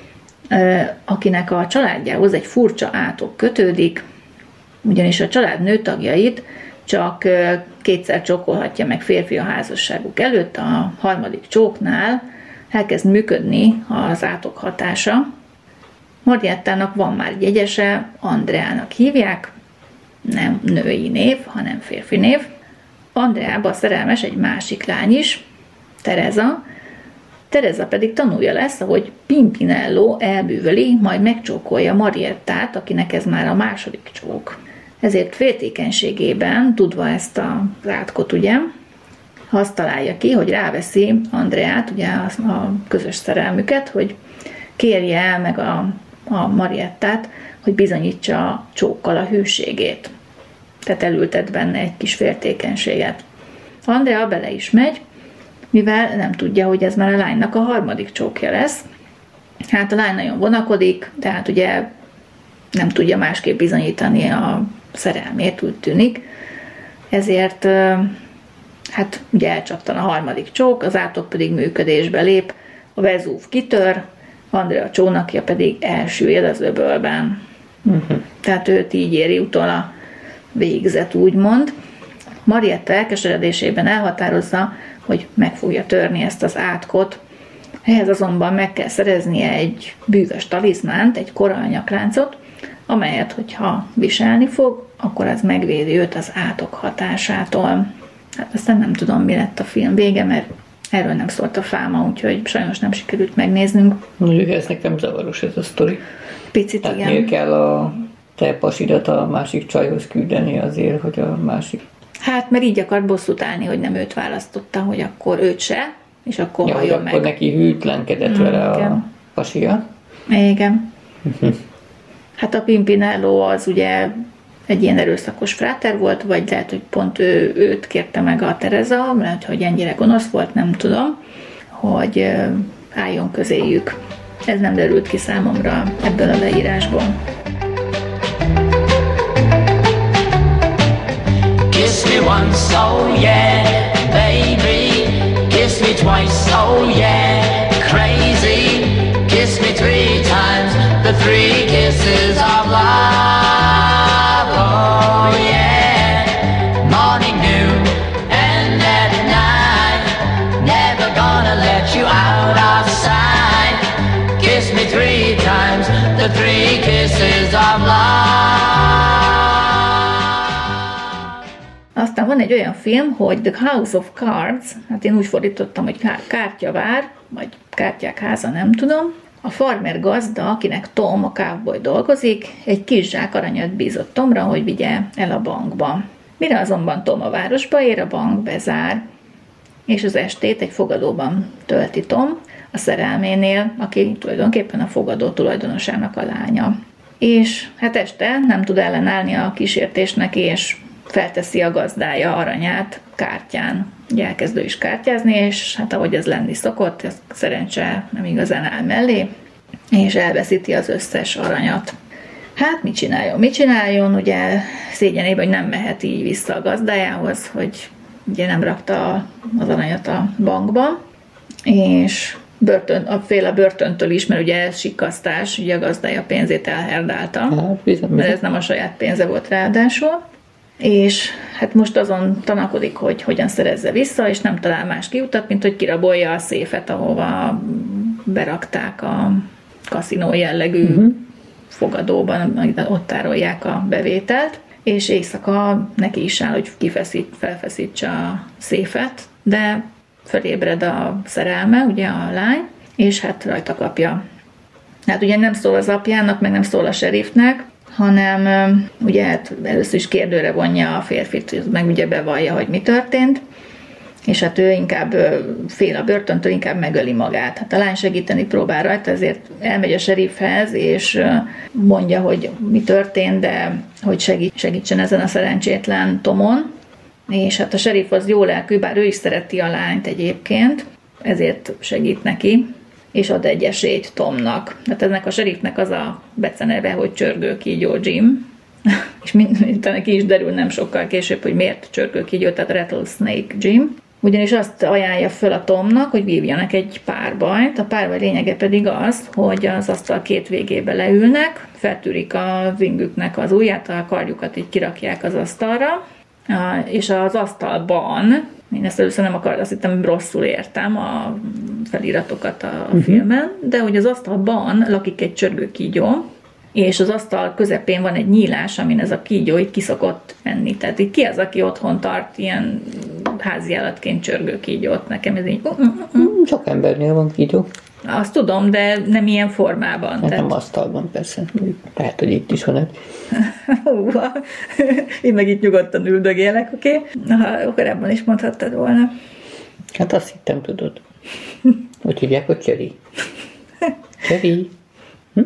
akinek a családjához egy furcsa átok kötődik, ugyanis a család nőtagjait csak kétszer csókolhatja meg férfi a házasságuk előtt, a harmadik csóknál elkezd működni az átok hatása. Mariettának van már egy jegyese, Andreának hívják, nem női név, hanem férfi név. Andreába szerelmes egy másik lány is, Teresa. Teresa pedig tanulja lesz, ahogy Pimpinello elbűvöli, majd megcsókolja Mariettát, akinek ez már a második csók. Ezért féltékenységében, tudva ezt az átkot, ugye, azt találja ki, hogy ráveszi Andreát, ugye a, a közös szerelmüket, hogy kérje el meg a, a Mariettát, hogy bizonyítsa a csókkal a hűségét. Tehát elültet benne egy kis féltékenységet. Andrea bele is megy, mivel nem tudja, hogy ez már a lánynak a harmadik csókja lesz. Hát a lány nagyon vonakodik, de hát ugye nem tudja másképp bizonyítani a szerelmét, úgy tűnik. Ezért hát ugye elcsaptan a harmadik csók, az átok pedig működésbe lép, a Vezúv kitör, Andrea csónakja pedig elsüllyed az öbölben. Uh-huh. Tehát őt így éri utol a végzet, úgymond. Marietta elkeseredésében elhatározza, hogy meg fogja törni ezt az átkot. Ehhez azonban meg kell szereznie egy bűvös talizmánt, egy korallnyakláncot, amelyet, hogyha viselni fog, akkor az megvédi őt az átok hatásától. Hát aztán nem tudom, mi lett a film vége, mert erről nem szólt a fáma, úgyhogy sajnos nem sikerült megnéznünk. Mondjuk ez nekem zavaros ez a sztori. Picit tehát igen. miért kell a te pasidat a másik csajhoz küldeni azért, hogy a másik... Hát, mert így akart bosszút állni, hogy nem őt választotta, hogy akkor őt se, és akkor ja, halljon meg. meg. Akkor neki hűtlenkedett mm, vele igen. A pasia. Igen. Hát a Pimpinello az ugye egy ilyen erőszakos fráter volt, vagy lehet, hogy pont ő, őt kérte meg a Teresa, lehet, hogy ennyire gonosz volt, nem tudom, hogy álljon közéjük. Ez nem derült ki számomra ebből a leírásból. Kiss Kiss me once, oh yeah, baby. Kiss me twice, oh yeah, crazy. Kiss me three times, the three kisses of love, oh yeah. Morning, noon, and at night. Never gonna let you out of sight. Kiss me three times, the three kisses of love. Aztán van egy olyan film, hogy The House of Cards, hát én úgy fordítottam, hogy kártyavár, vagy kártyák háza, nem tudom. A farmer gazda, akinek Tom, a cowboy dolgozik, egy kis zsák aranyat bízott Tomra, hogy vigye el a bankba. Mire azonban Tom a városba ér, a bank bezár, és az estét egy fogadóban tölti Tom, a szerelménél, aki tulajdonképpen a fogadó tulajdonosának a lánya. És hát este nem tud ellenállni a kísértésnek, és felteszi a gazdája aranyát kártyán. Ugye elkezd ő is kártyázni, és hát ahogy ez lenni szokott, ez szerencse nem igazán áll mellé, és elveszíti az összes aranyat. Hát mit csináljon? Mit csináljon? Ugye szégyenében, hogy nem mehet így vissza a gazdájához, hogy ugye nem rakta az aranyat a bankba, és börtön, a fél a börtöntől is, mert ugye ez sikkasztás, ugye a gazdája pénzét elherdálta, Hát, bizony, bizony. mert ez nem a saját pénze volt ráadásul. És hát most azon tanakodik, hogy hogyan szerezze vissza, és nem talál más kiutat, mint hogy kirabolja a széfet, ahova berakták a kaszinó jellegű uh-huh. fogadóban, ott tárolják a bevételt, és éjszaka neki is áll, hogy kifeszít, felfeszítse a széfet, de felébred a szerelme, ugye a lány, és hát rajta kapja. Hát ugye nem szól az apjának, meg nem szól a serifnek, hanem ugye hát először is kérdőre vonja a férfit, meg ugye bevallja, hogy mi történt, és hát ő inkább fél a börtöntől, inkább megöli magát. Hát a lány segíteni próbál rajta, ezért elmegy a serifhez, és mondja, hogy mi történt, de hogy segít, segítsen ezen a szerencsétlen Tomon, és hát a serif az jó lelkű, bár ő is szereti a lányt egyébként, ezért segít neki, és ad egy esélyt Tomnak. Hát ennek a serifnek az a beceneve, hogy csörgőkígyó Jim, és mint ki is derül nem sokkal később, hogy miért csörgőkígyó, tehát Rattlesnake Jim. Ugyanis azt ajánlja föl a Tomnak, hogy vívjanak egy párbajt. A párbaj lényege pedig az, hogy az asztal két végébe leülnek, feltűrik az ingüknek az ujját, a karjukat így kirakják az asztalra, és az asztalban, én ezt először nem akar, azt hittem, rosszul értem a feliratokat a uh-huh. filmen, de hogy az asztalban lakik egy csörgőkígyó, és az asztal közepén van egy nyílás, amin ez a kígyó így kiszokott menni. Tehát így ki az, aki otthon tart ilyen háziállatként csörgőkígyót? Nekem ez így... Uh, uh, uh. Sok embernél van kígyó. Azt tudom, de nem ilyen formában. Hát tehát... nem asztalban, persze. Lehet, hogy itt is van egy. Hú, én meg itt nyugodtan üldögélek, oké? Okay? Ha korábban is mondhattad volna. Hát azt hittem, tudod. Úgy hívják, hogy Cseri. Cseri. Hm?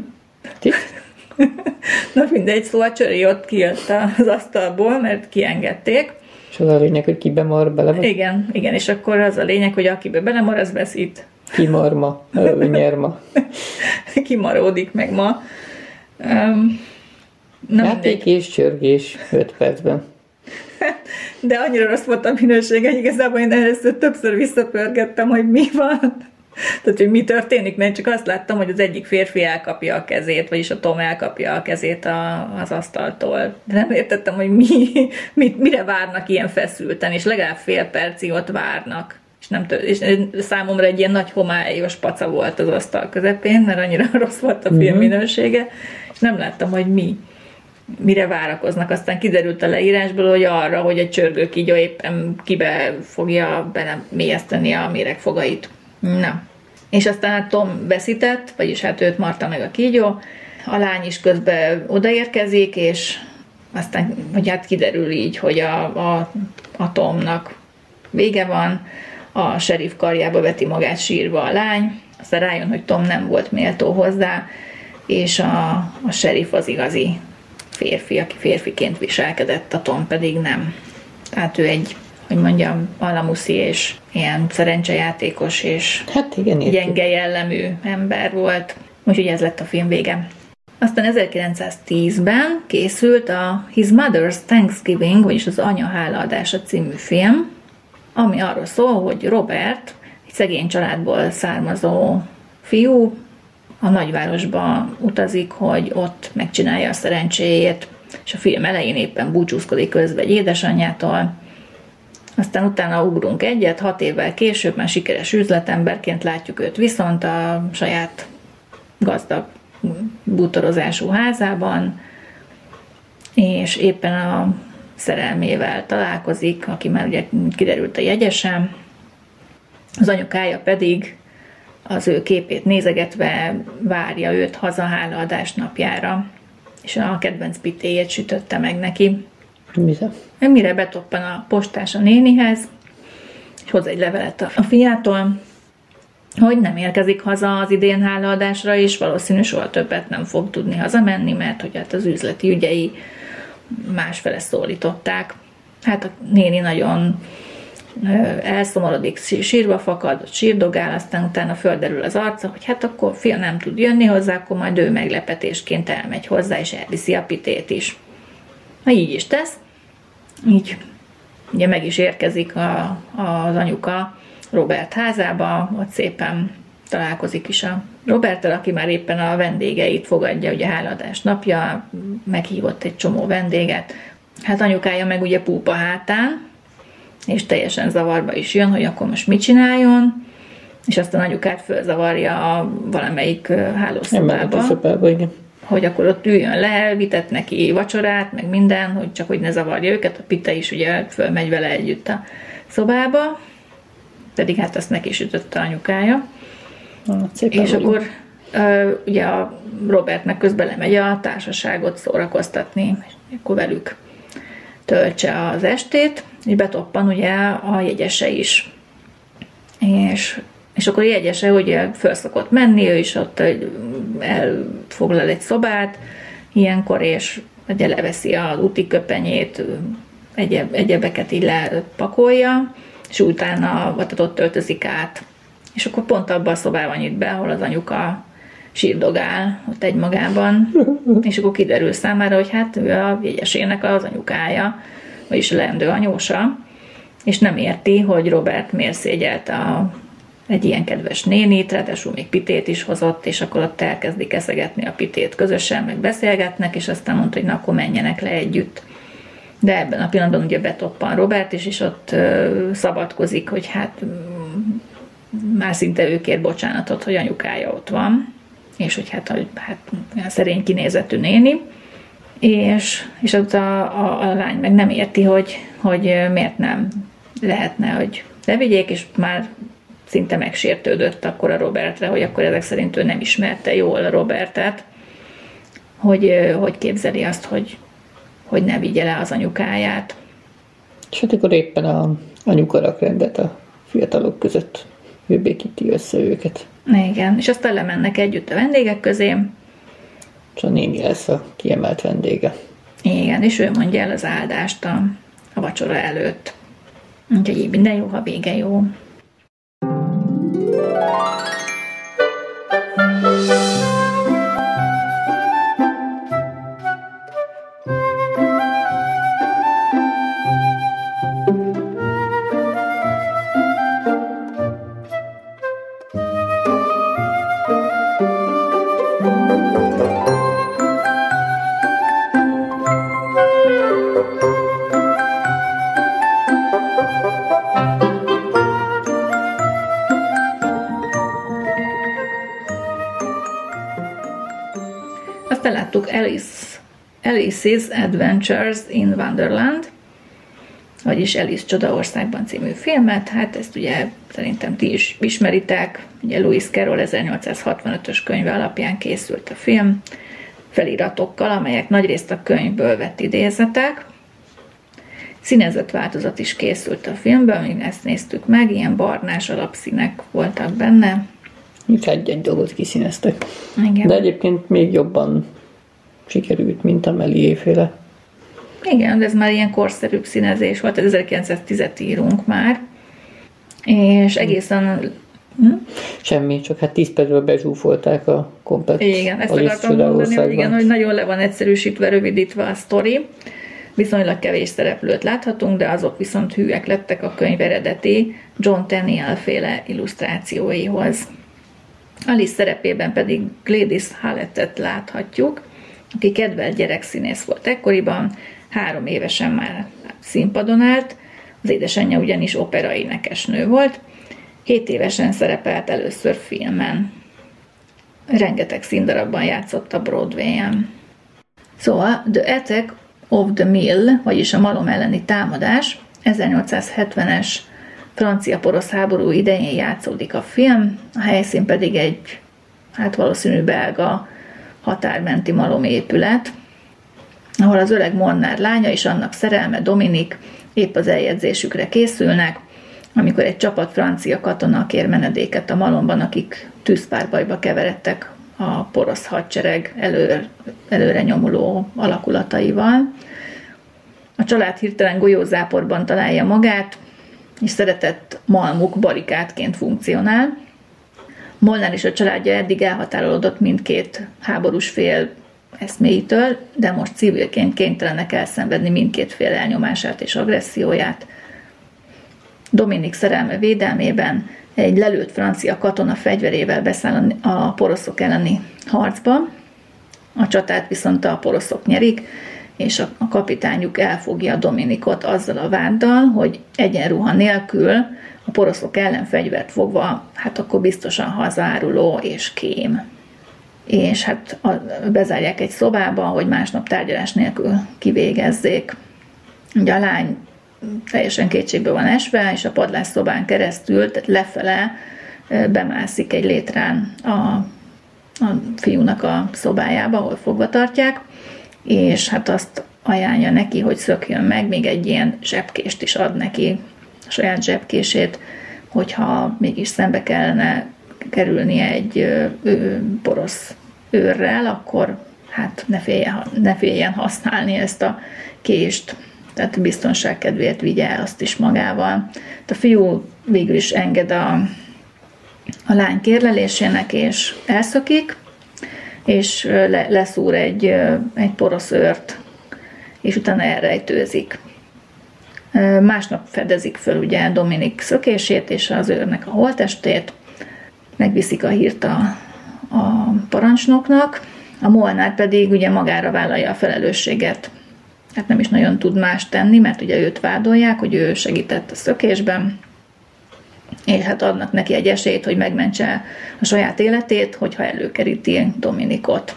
Na mindegy, szóval Csöri ott kijött az asztalból, mert kiengedték. És az a lényeg, hogy ki bemar bele? Igen, igen, és akkor az a lényeg, hogy akibe belemar, az veszít. Kimarma, nyerma. Kimaródik meg ma. Um, Játék és csörgés öt percben. De annyira rossz volt a minősége, igazából én először többször visszapörgettem, hogy mi van. Tehát, hogy mi történik, mert csak azt láttam, hogy az egyik férfi elkapja a kezét, vagyis a Tom elkapja a kezét a, az asztaltól. De nem értettem, hogy mi, mit, mire várnak ilyen feszülten, és legalább fél percig ott várnak. És, nem tört, és számomra egy ilyen nagy homályos paca volt az asztal közepén, mert annyira rossz volt a film mm-hmm. minősége, és nem láttam, hogy mi, mire várakoznak. Aztán kiderült a leírásból, hogy arra, hogy egy csörgőkígyó éppen kibe fogja belemélyeszteni a méregfogait. Na. És aztán hát Tom veszített, vagyis hát őt marta meg a kígyó, a lány is közben odaérkezik, és aztán, hogy hát kiderül így, hogy a, a, a Tomnak vége van, a serif karjába veti magát sírva a lány, aztán rájön, hogy Tom nem volt méltó hozzá, és a, a serif az igazi férfi, aki férfiként viselkedett, a Tom pedig nem. Tehát ő egy, hogy mondjam, alamuszi és ilyen szerencsejátékos és hát igen, gyenge jellemű ember volt. Úgyhogy ez lett a film vége. Aztán ezerkilencszáztízben készült a His Mother's Thanksgiving, vagyis az Anya hálaadása című film, ami arról szól, hogy Robert, egy szegény családból származó fiú, a nagyvárosba utazik, hogy ott megcsinálja a szerencséjét, és a film elején éppen búcsúzkodik közben egy édesanyjától. Aztán utána ugrunk egyet, hat évvel később már sikeres üzletemberként látjuk őt viszont a saját gazdag bútorozású házában, és éppen a szerelmével találkozik, aki már ugye kiderült a jegyesen. Az anyukája pedig az ő képét nézegetve várja őt haza hálaadás napjára, és a kedvenc pitéjét sütötte meg neki. Mire? Mire betoppan a postás a nénihez, és hoz egy levelet a fiától, hogy nem érkezik haza az idén hálaadásra, és valószínű soha többet nem fog tudni hazamenni, mert hogy hát az üzleti ügyei másfele szólították. Hát a néni nagyon elszomorodik, sírba fakad, sírdogál, aztán utána földerül az arca, hogy hát akkor fia nem tud jönni hozzá, akkor majd ő meglepetésként elmegy hozzá, és elviszi a pitét is. Na így is tesz, így ugye meg is érkezik a, az anyuka Robert házába, ott szépen találkozik is a Roberttel, aki már éppen a vendégeit fogadja, ugye hálaadás napja, meghívott egy csomó vendéget. Hát anyukája meg ugye púpa hátán, és teljesen zavarba is jön, hogy akkor most mit csináljon, és aztán anyukát fölzavarja a valamelyik hálószobába, szobába, igen. hogy akkor ott üljön le, vitet neki vacsorát, meg minden, hogy csak hogy ne zavarja őket, a Pite is ugye fölmegy vele együtt a szobába, pedig hát azt neki sütötte anyukája. Ah, és vagyunk. Akkor uh, ugye a Robert meg közben lemegy a társaságot szórakoztatni, és akkor velük töltse az estét, és betoppan ugye a jegyese is. És, és akkor a jegyese ugye föl szokott menni, ő is ott elfoglal egy szobát ilyenkor, és ugye leveszi az úti köpenyét, egyeb, egyebeket így lepakolja, és utána ott töltözik át. És akkor pont abban a szobában nyit be, ahol az anyuka sírdogál ott egymagában, és akkor kiderül számára, hogy hát ő a jegyesének az anyukája, vagyis a leendő anyósa, és nem érti, hogy Robert miért szégyelt a, egy ilyen kedves nénit, ráadásul még pitét is hozott, és akkor ott elkezdik eszegetni a pitét közösen, meg beszélgetnek, és aztán mondta, hogy na, akkor menjenek le együtt. De ebben a pillanatban ugye betoppan Robert is, és ott ö, szabadkozik, hogy hát már szinte ő kér bocsánatot, hogy anyukája ott van, és hogy hát, hogy, hát olyan szerény kinézetű néni, és, és az a, a, a lány meg nem érti, hogy, hogy miért nem lehetne, hogy levigyék, és már szinte megsértődött akkor a Robertre, hogy akkor ezek szerint ő nem ismerte jól a Robertet, hogy, hogy képzeli azt, hogy, hogy ne vigye le az anyukáját. És hát akkor éppen a anyuka rak rendet a fiatalok között, ő békíti össze őket. Igen, és aztán lemennek együtt a vendégek közé. És a néni lesz a kiemelt vendége. Igen, és ő mondja el az áldást a, a vacsora előtt. Úgyhogy így minden jó, ha vége jó. Aztán láttuk Alice, Alice's Adventures in Wonderland, vagyis Alice Csodaországban című filmet. Hát ezt ugye szerintem ti is ismeritek. Ugye Lewis Carroll ezernyolcszázhatvanötös könyve alapján készült a film, feliratokkal, amelyek nagyrészt a könyvből vett idézetek. Színezett változat is készült a filmből, még ezt néztük meg, ilyen barnás alapszínek voltak benne. Itt egy-egy dolgot kiszíneztek. Igen. De egyébként még jobban sikerült, mint a Méliès-féle. Igen, de ez már ilyen korszerűbb színezés volt, ezerkilencszáztízet írunk már, és egészen Hm? Semmi, csak hát tíz percben bezsúfolták a komplet Igen, ezt Alice akartam mondani, hogy Csodaországban. igen, hogy nagyon le van egyszerűsítve, rövidítve a sztori. Viszonylag kevés szereplőt láthatunk, de azok viszont hűek lettek a könyv eredeti John Tenniel féle illusztrációihoz. Alice szerepében pedig Gladys Hallettet láthatjuk, aki kedvelt gyerekszínész volt ekkoriban, három évesen már színpadon állt, az édesanyja ugyanis operaénekesnő volt, hét évesen szerepelt először filmen. Rengeteg színdarabban játszott a Broadwayen. Szóval The Attack of the Mill, vagyis a malom elleni támadás, ezernyolcszázhetvenes francia porosz háború idején játszódik a film, a helyszín pedig egy, hát valószínű belga határmenti malomépület, ahol az öreg Molnár lánya és annak szerelme Dominik épp az eljegyzésükre készülnek, amikor egy csapat francia katona kér menedéket a malomban, akik tűzpárbajba keveredtek a porosz hadsereg elő, előre nyomuló alakulataival. A család hirtelen golyózáporban találja magát, és szeretett malmuk barikádként funkcionál. Molnár és a családja eddig elhatárolódott mindkét háborús fél eszméitől, de most civilként kénytelenek elszenvedni mindkét fél elnyomását és agresszióját. Dominik szerelme védelmében egy lelőtt francia katona fegyverével beszáll a poroszok elleni harcba. A csatát viszont a poroszok nyerik, és a kapitányuk elfogja Dominikot azzal a váddal, hogy egyenruha nélkül a poroszok ellen fegyvert fogva, hát akkor biztosan hazaáruló és kém. És hát a, bezárják egy szobába, hogy másnap tárgyalás nélkül kivégezzék. Ugye a lány teljesen kétségbe van esve, és a padlásszobán keresztül, tehát lefele bemászik egy létrán a, a fiúnak a szobájába, ahol fogva tartják, és hát azt ajánlja neki, hogy szökjön meg, még egy ilyen zsebkést is ad neki, a saját zsebkését, hogyha mégis szembe kellene kerülnie egy ö, ö, porosz őrrel, akkor hát ne féljen, ne féljen használni ezt a kést, tehát biztonság kedvéért vigye el azt is magával. A fiú végül is enged a, a lány kérlelésének, és elszökik, és le, leszúr egy, egy porosz őrt, és utána elrejtőzik. Másnap fedezik föl ugye Dominik szökését és az őrnek a holttestét, megviszik a hírt a, a parancsnoknak, a Molnár pedig ugye magára vállalja a felelősséget. Hát nem is nagyon tud más tenni, mert ugye őt vádolják, hogy ő segített a szökésben, és hát adnak neki egy esélyt, hogy megmentse a saját életét, hogyha előkeríti Dominikot.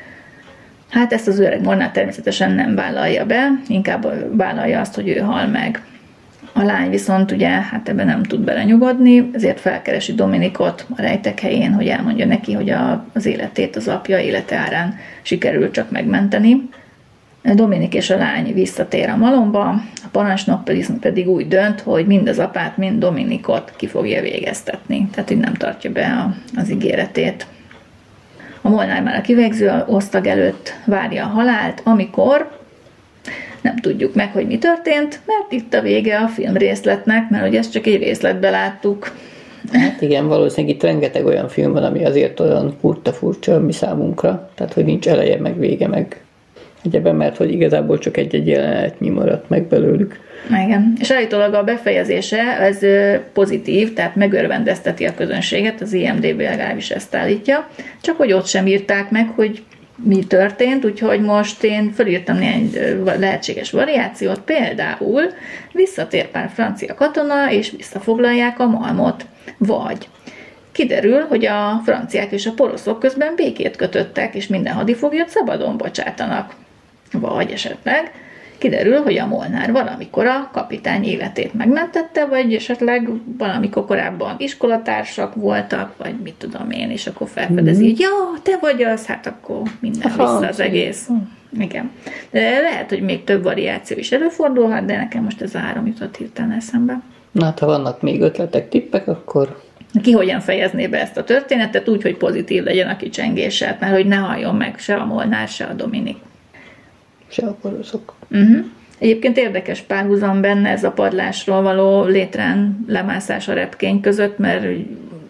Hát ezt az öreg Molnár természetesen nem vállalja be, inkább vállalja azt, hogy ő hal meg. A lány viszont ugye hát ebben nem tud belenyugodni, ezért felkeresi Dominikot a rejtek helyén, hogy elmondja neki, hogy a, az életét az apja élete árán sikerül csak megmenteni. Dominik és a lány visszatér a malomba, a parancsnok pedig, pedig úgy dönt, hogy mind az apát, mind Dominikot ki fogja végeztetni, tehát hogy nem tartja be a, az ígéretét. A Molnár már a kivégző osztag előtt várja a halált, amikor nem tudjuk meg, hogy mi történt, mert itt a vége a filmrészletnek, mert ugye ezt csak egy részletben láttuk. Hát igen, valószínűleg itt rengeteg olyan film van, ami azért olyan kurta-furcsa a mi számunkra, tehát hogy nincs eleje, meg vége, meg egyeben, mert hogy igazából csak egy-egy jelenetnyi maradt meg belőlük. Igen. És állítólag a befejezése ez pozitív, tehát megörvendezteti a közönséget, az I M D B legalábbis ezt állítja, csak hogy ott sem írták meg, hogy mi történt, úgyhogy most én felírtam néhány lehetséges variációt, például visszatér pár francia katona, és visszafoglalják a malmot. Vagy kiderül, hogy a franciák és a poroszok közben békét kötöttek, és minden hadifoglyot szabadon bocsátanak. Vagy esetleg kiderül, hogy a Molnár valamikor a kapitány életét megmentette, vagy esetleg valamikor korábban iskolatársak voltak, vagy mit tudom én, és akkor felfedezi, hogy ja, te vagy az, hát akkor minden vissza az egész. Igen. De lehet, hogy még több variáció is előfordulhat, de nekem most ez a három jutott hirtelen eszembe. Na hát, ha vannak még ötletek, tippek, akkor... Ki hogyan fejezné be ezt a történetet úgy, hogy pozitív legyen a kicsengéssel, mert hogy ne halljon meg se a Molnár, se a Dominik. Se a poroszok. Uh-huh. Egyébként érdekes párhuzam benne ez a padlásról való létrán lemászás a repkény között, mert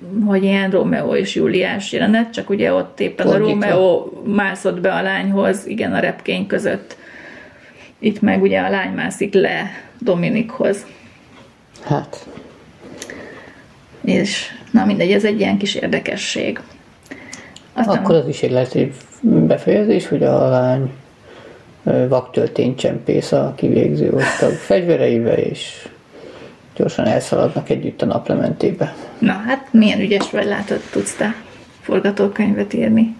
hogy ilyen Rómeó és Júliás jelenet, csak ugye ott éppen Fordítva. A Rómeó mászott be a lányhoz, igen, a repkény között. Itt meg ugye a lány mászik le Dominikhoz. Hát. És na mindegy, ez egy ilyen kis érdekesség. Aztán akkor az is egy lehet egy befejezés, hogy a lány vaktörténycsempész a kivégző osztag fegyvereivel, és gyorsan elszaladnak együtt a naplementébe. Na hát milyen ügyes vagy, látod, tudsz te forgatókönyvet írni.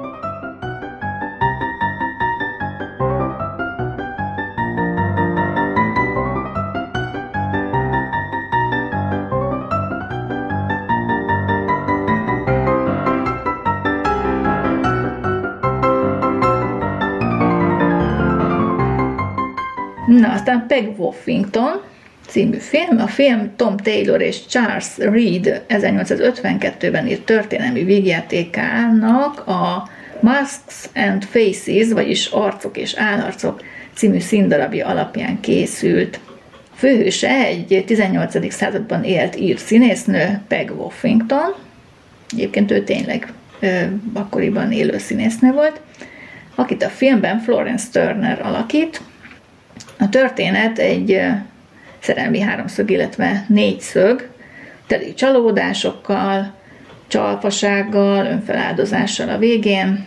Na, aztán Peg Woffington című film. A film Tom Taylor és Charles Reed ezernyolcszázötvenkettőben írt történelmi vígjátékának a Masks and Faces, vagyis Arcok és Állarcok című színdarabja alapján készült. Főhőse egy tizennyolcadik században élt ír színésznő, Peg Woffington. Egyébként ő tényleg ö, akkoriban élő színésznő volt, akit a filmben Florence Turner alakít. A történet egy szerelmi háromszög, illetve négyszög, teli csalódásokkal, csalfasággal, önfeláldozással a végén.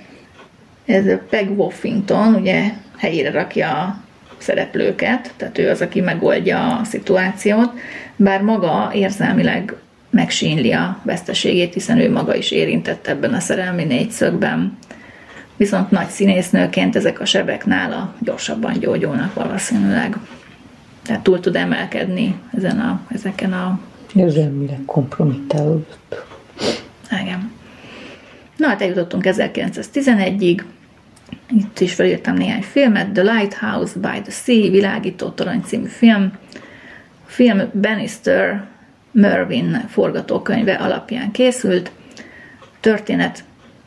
Ez Peg Woffington ugye helyére rakja a szereplőket, tehát ő az, aki megoldja a szituációt, bár maga érzelmileg megsínli a veszteségét, hiszen ő maga is érintett ebben a szerelmi négyszögben. Viszont nagy színésznőként ezek a sebek nála gyorsabban gyógyulnak valószínűleg. Tehát túl tud emelkedni ezen a, ezeken a... Érzelmileg kompromittálódott. Igen. Na, hát eljutottunk ezerkilencszáztizenegyig. Itt is felírtam néhány filmet. The Lighthouse by the Sea, Világító torony című film. A film Bannister Mervyn forgatókönyve alapján készült. Történet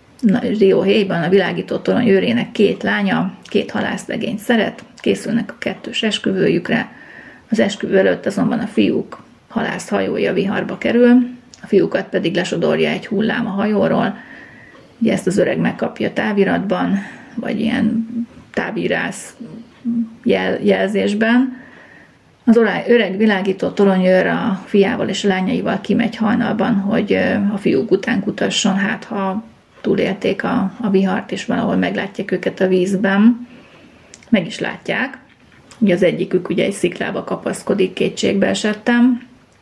Dióhéjban a világító torony őrének két lánya, két halászlegényt szeret, készülnek a kettős esküvőjükre. Az esküvő előtt azonban a fiúk halászhajója viharba kerül, a fiúkat pedig lesodorja egy hullám a hajóról. Ugye ezt az öreg megkapja táviratban, vagy ilyen távírász jel- jelzésben. Az öreg világító toronyőr a fiával és a lányaival kimegy hajnalban, hogy a fiúk után kutasson, hát ha túlélték a, a vihart, és valahol meglátják őket a vízben. Meg is látják. Ugye az egyikük ugye egy sziklába kapaszkodik, kétségbe esettem,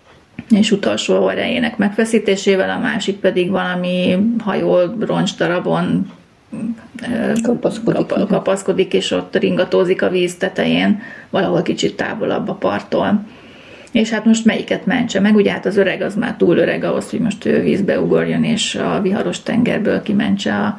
és utolsó erejének megfeszítésével, a másik pedig valami hajó roncsdarabon kapaszkodik, kap, kapaszkodik, és ott ringatózik a víz tetején, valahol kicsit távolabb a parttól. És hát most melyiket mentse meg? Ugye hát az öreg az már túl öreg ahhoz, hogy most ő vízbe ugorjon, és a viharos tengerből kimentse a,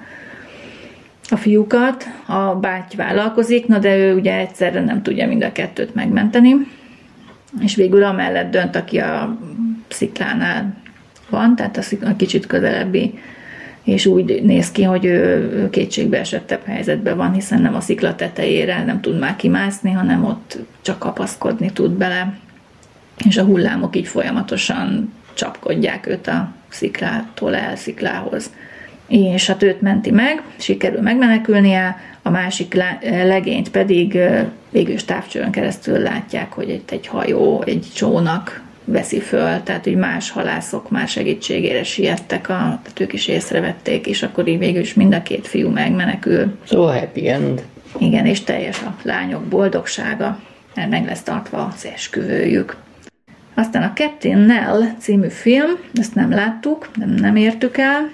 a fiúkat. A báty vállalkozik, na de ő ugye egyszerre nem tudja mind a kettőt megmenteni. És végül amellett dönt, aki a sziklánál van, tehát a, a kicsit közelebbi, és úgy néz ki, hogy ő kétségbe esettebb helyzetben van, hiszen nem a szikla tetejére nem tud már kimászni, hanem ott csak kapaszkodni tud bele. És a hullámok így folyamatosan csapkodják őt a sziklától el sziklához. És hát őt menti meg, sikerül megmenekülnie, a másik legényt pedig végül távcsőn keresztül látják, hogy itt egy hajó, egy csónak veszi föl, tehát hogy más halászok már segítségére siettek, a, tehát ők is észrevették, és akkor így végül is mind a két fiú megmenekül. Szóval happy end. Igen, és teljes a lányok boldogsága, mert meg lesz tartva az esküvőjük. Aztán a Captain Nell című film, ezt nem láttuk, nem, nem értük el.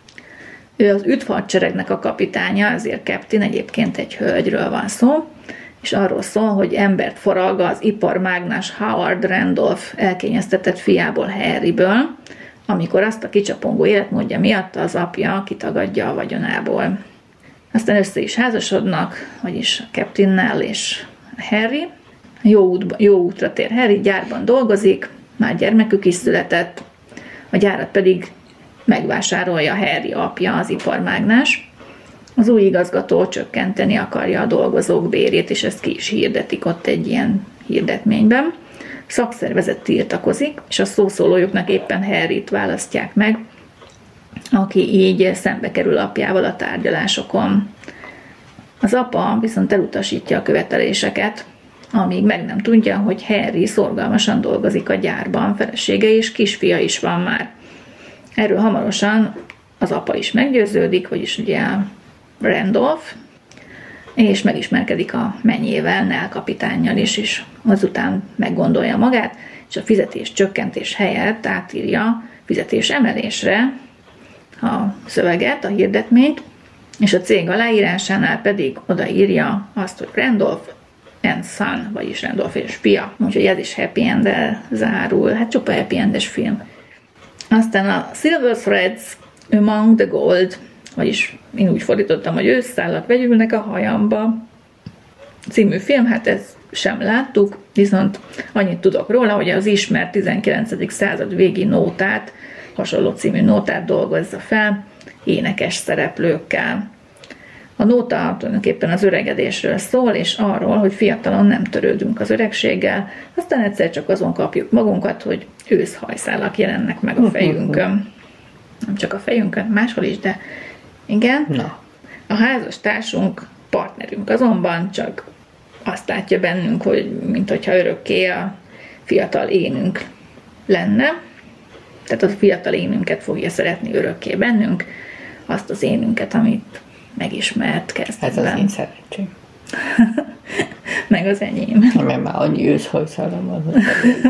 Ő az üdvhadseregnek a kapitánya, ezért Captain, egyébként egy hölgyről van szó, és arról szól, hogy embert farag az iparmágnás Howard Randolph elkényeztetett fiából, Harryből, amikor azt a kicsapongó életmódja miatt az apja kitagadja a vagyonából. Aztán össze is házasodnak, vagyis Captain Nell és Harry. Jó, út, jó útra tér Harry, gyárban dolgozik, már gyermekük is született, a gyárat pedig megvásárolja Harry apja, az iparmágnás. Az új igazgató csökkenteni akarja a dolgozók bérét, és ezt ki is hirdetik ott egy ilyen hirdetményben. Szakszervezet tiltakozik, és a szószólójuknak éppen Harryt választják meg, aki így szembe kerül apjával a tárgyalásokon. Az apa viszont elutasítja a követeléseket, amíg meg nem tudja, hogy Harry szorgalmasan dolgozik a gyárban, felesége és kisfia is van már. Erről hamarosan az apa is meggyőződik, vagyis ugye Randolph, és megismerkedik a mennyével, Nell kapitánnyal is, és azután meggondolja magát, és a fizetés csökkentés helyett átírja fizetés emelésre a szöveget, a hirdetményt, és a cég aláírásánál pedig odaírja azt, hogy Randolph and Son, vagyis Randolph és fia. Úgyhogy ez is happy end-el zárul. Hát csupa happy endes film. Aztán a Silver Threads Among the Gold, vagyis én úgy fordítottam, hogy őszszálak vegyülnek a hajamba című film, hát ezt sem láttuk, viszont annyit tudok róla, hogy az ismert tizenkilencedik század végi nótát, hasonló című nótát dolgozza fel énekes szereplőkkel. A nóta tulajdonképpen az öregedésről szól, és arról, hogy fiatalon nem törődünk az öregséggel, aztán egyszer csak azon kapjuk magunkat, hogy őszhajszálak jelennek meg a fejünkön. Nem csak a fejünkön, máshol is, de igen. Na. A házas társunk, partnerünk azonban csak azt látja bennünk, hogy minthogyha örökké a fiatal énünk lenne. Tehát a fiatal énünket fogja szeretni örökké bennünk, azt az énünket, amit megismert kezdetben. Ez az én szerencsém. Meg az enyém. Mert már annyi őszhajszálam van.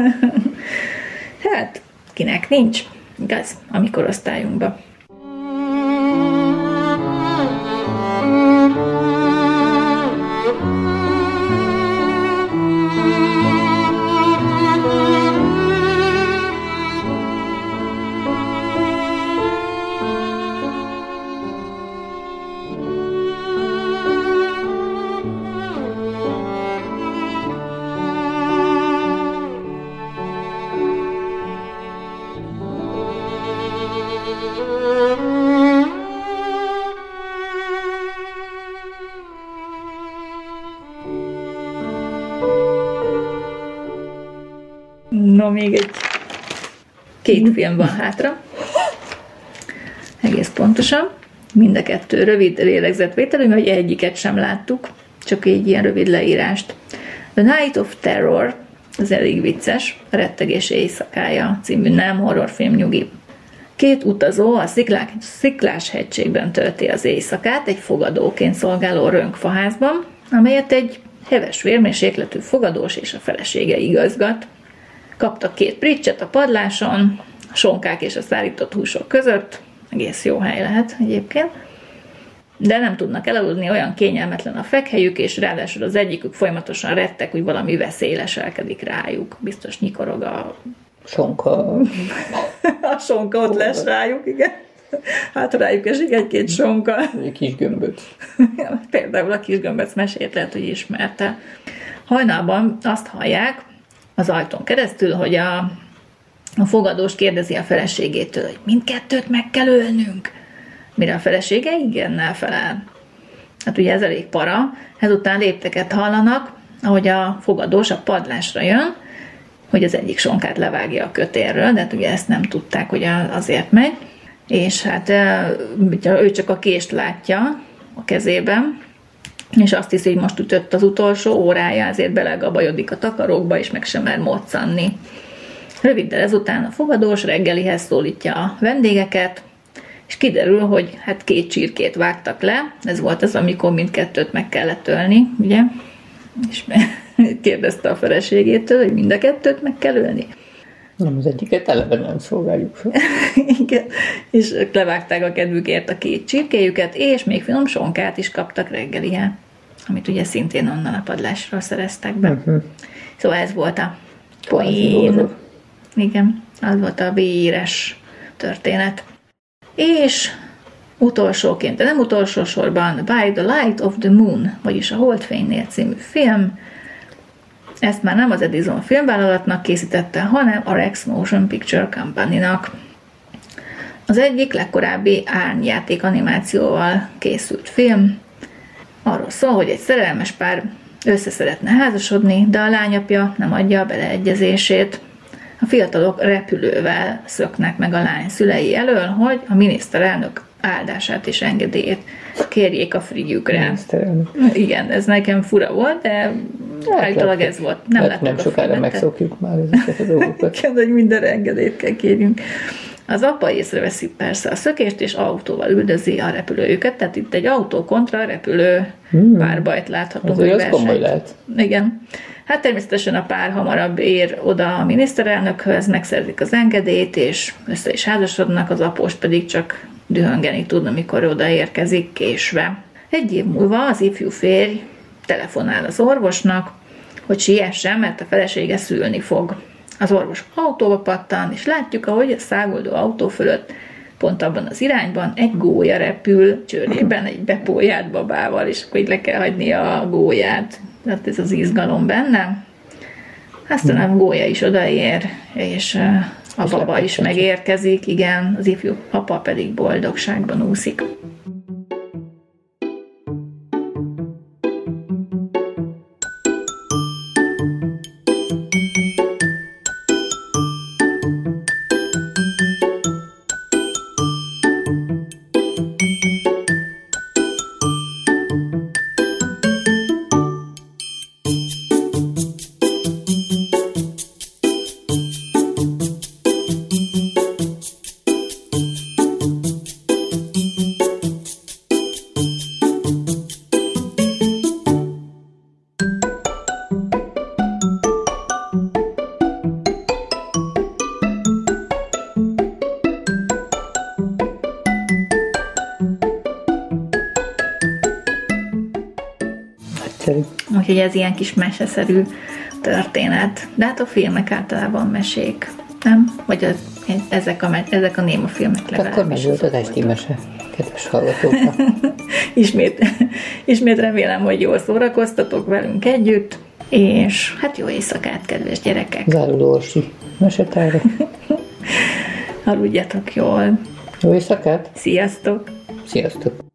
Hát, kinek nincs, igaz, a mi korosztályunkban. No, még egy két film van hátra. Egész pontosan. Mind a kettő rövid lélegzetvételű, mert egyiket sem láttuk, csak egy ilyen rövid leírást. The Night of Terror, az elég vicces, a Rettegés éjszakája című nem horrorfilm, nyugi. Két utazó a sziklák, Sziklás hegységben tölti az éjszakát egy fogadóként szolgáló rönkfaházban, amelyet egy heves vérmérsékletű fogadós és a felesége igazgat. Kaptak két pricset a padláson, a sonkák és a szárított húsok között, egész jó hely lehet egyébként, de nem tudnak elaludni, olyan kényelmetlen a fekhelyük, és ráadásul az egyikük folyamatosan rettek, hogy valami veszély leselkedik rájuk. Biztos nyikorog a sonka. a sonka ott lesz rájuk, igen. Hát rájuk esik egy-két sonka. Egy kis gömböc. Például a kis gömböc mesét lehet, hogy ismerte. Hajnalban azt hallják az ajtón keresztül, hogy a, a fogadós kérdezi a feleségétől, hogy mindkettőt meg kell ölnünk. Mire a felesége igennel felel. Hát ugye ez elég para. Ezután lépteket hallanak, ahogy a fogadós a padlásra jön, hogy az egyik sonkát levágja a kötérről, de hát ugye ezt nem tudták, hogy azért megy. És hát ő csak a kést látja a kezében, és azt hiszi, hogy most ütött az utolsó órája, ezért belegabajodik a takarókba, és meg sem mer moccanni. Röviddel ezután a fogadós reggelihez szólítja a vendégeket, és kiderül, hogy hát két csirkét vágtak le, ez volt az, amikor mindkettőt meg kellett ölni, ugye? És kérdezte a feleségétől, hogy mind a kettőt meg kell ölni. Nem, az egyiket eleve nem szolgáljuk fel. Igen, és levágták a kedvükért a két csirkéjüket, és még finom sonkát is kaptak reggelihez, amit ugye szintén onnan a padlásról szereztek be. Uh-huh. Szóval ez volt a poén. Igen, az volt a véres történet. És utolsóként, de nem utolsó sorban, By the Light of the Moon, vagyis a Holdfénynél című film. Ezt már nem az Edison filmvállalatnak készítette, hanem a Rex Motion Picture Company-nak. Az egyik legkorábbi árnyjáték animációval készült film. Arról szól, hogy egy szerelmes pár össze szeretne házasodni, de a lányapja nem adja a beleegyezését. A fiatalok repülővel szöknek meg a lány szülei elől, hogy a miniszterelnök áldását és engedélyét kérjék a frigyükre. Igen, ez nekem fura volt, de állítólag ez volt. Nem, hát nem sokára megszokjuk már ezeket a dolgokat. Igen, hogy minden engedélyt kell kérjünk. Az apa észreveszi persze a szökést, és autóval üldözi a repülőjüket, tehát itt egy autó kontra repülő hmm. párbajt láthatunk. Azért az komoly lehet. Igen. Hát természetesen a pár hamarabb ér oda a miniszterelnökhöz, megszerzik az engedélyt, és össze is házasodnak, az após pedig csak dühöngeni tud, amikor odaérkezik késve. Egy év múlva az ifjú férj telefonál az orvosnak, hogy siessen, mert a felesége szülni fog. Az orvos autóba pattan, és látjuk, ahogy a száguldó autó fölött, pont abban az irányban egy gólya repül, csőrében egy bepójált babával, és akkor így le kell hagyni a gólyát. Tehát ez az izgalom benne. Aztán a gólya is odaér, és a és baba is megérkezik, igen, az ifjú apa pedig boldogságban úszik. Úgyhogy ez ilyen kis meseszerű történet. De hát a filmek általában mesék, nem? Vagy az, ezek, a, ezek a néma filmek legalábbis. Akkor meg volt az esti mese, kedves hallgatóknak. ismét, ismét remélem, hogy jól szórakoztatok velünk együtt, és hát jó éjszakát, kedves gyerekek! Záruló orsi mesetára. Aludjatok jól! Jó éjszakát! Sziasztok! Sziasztok!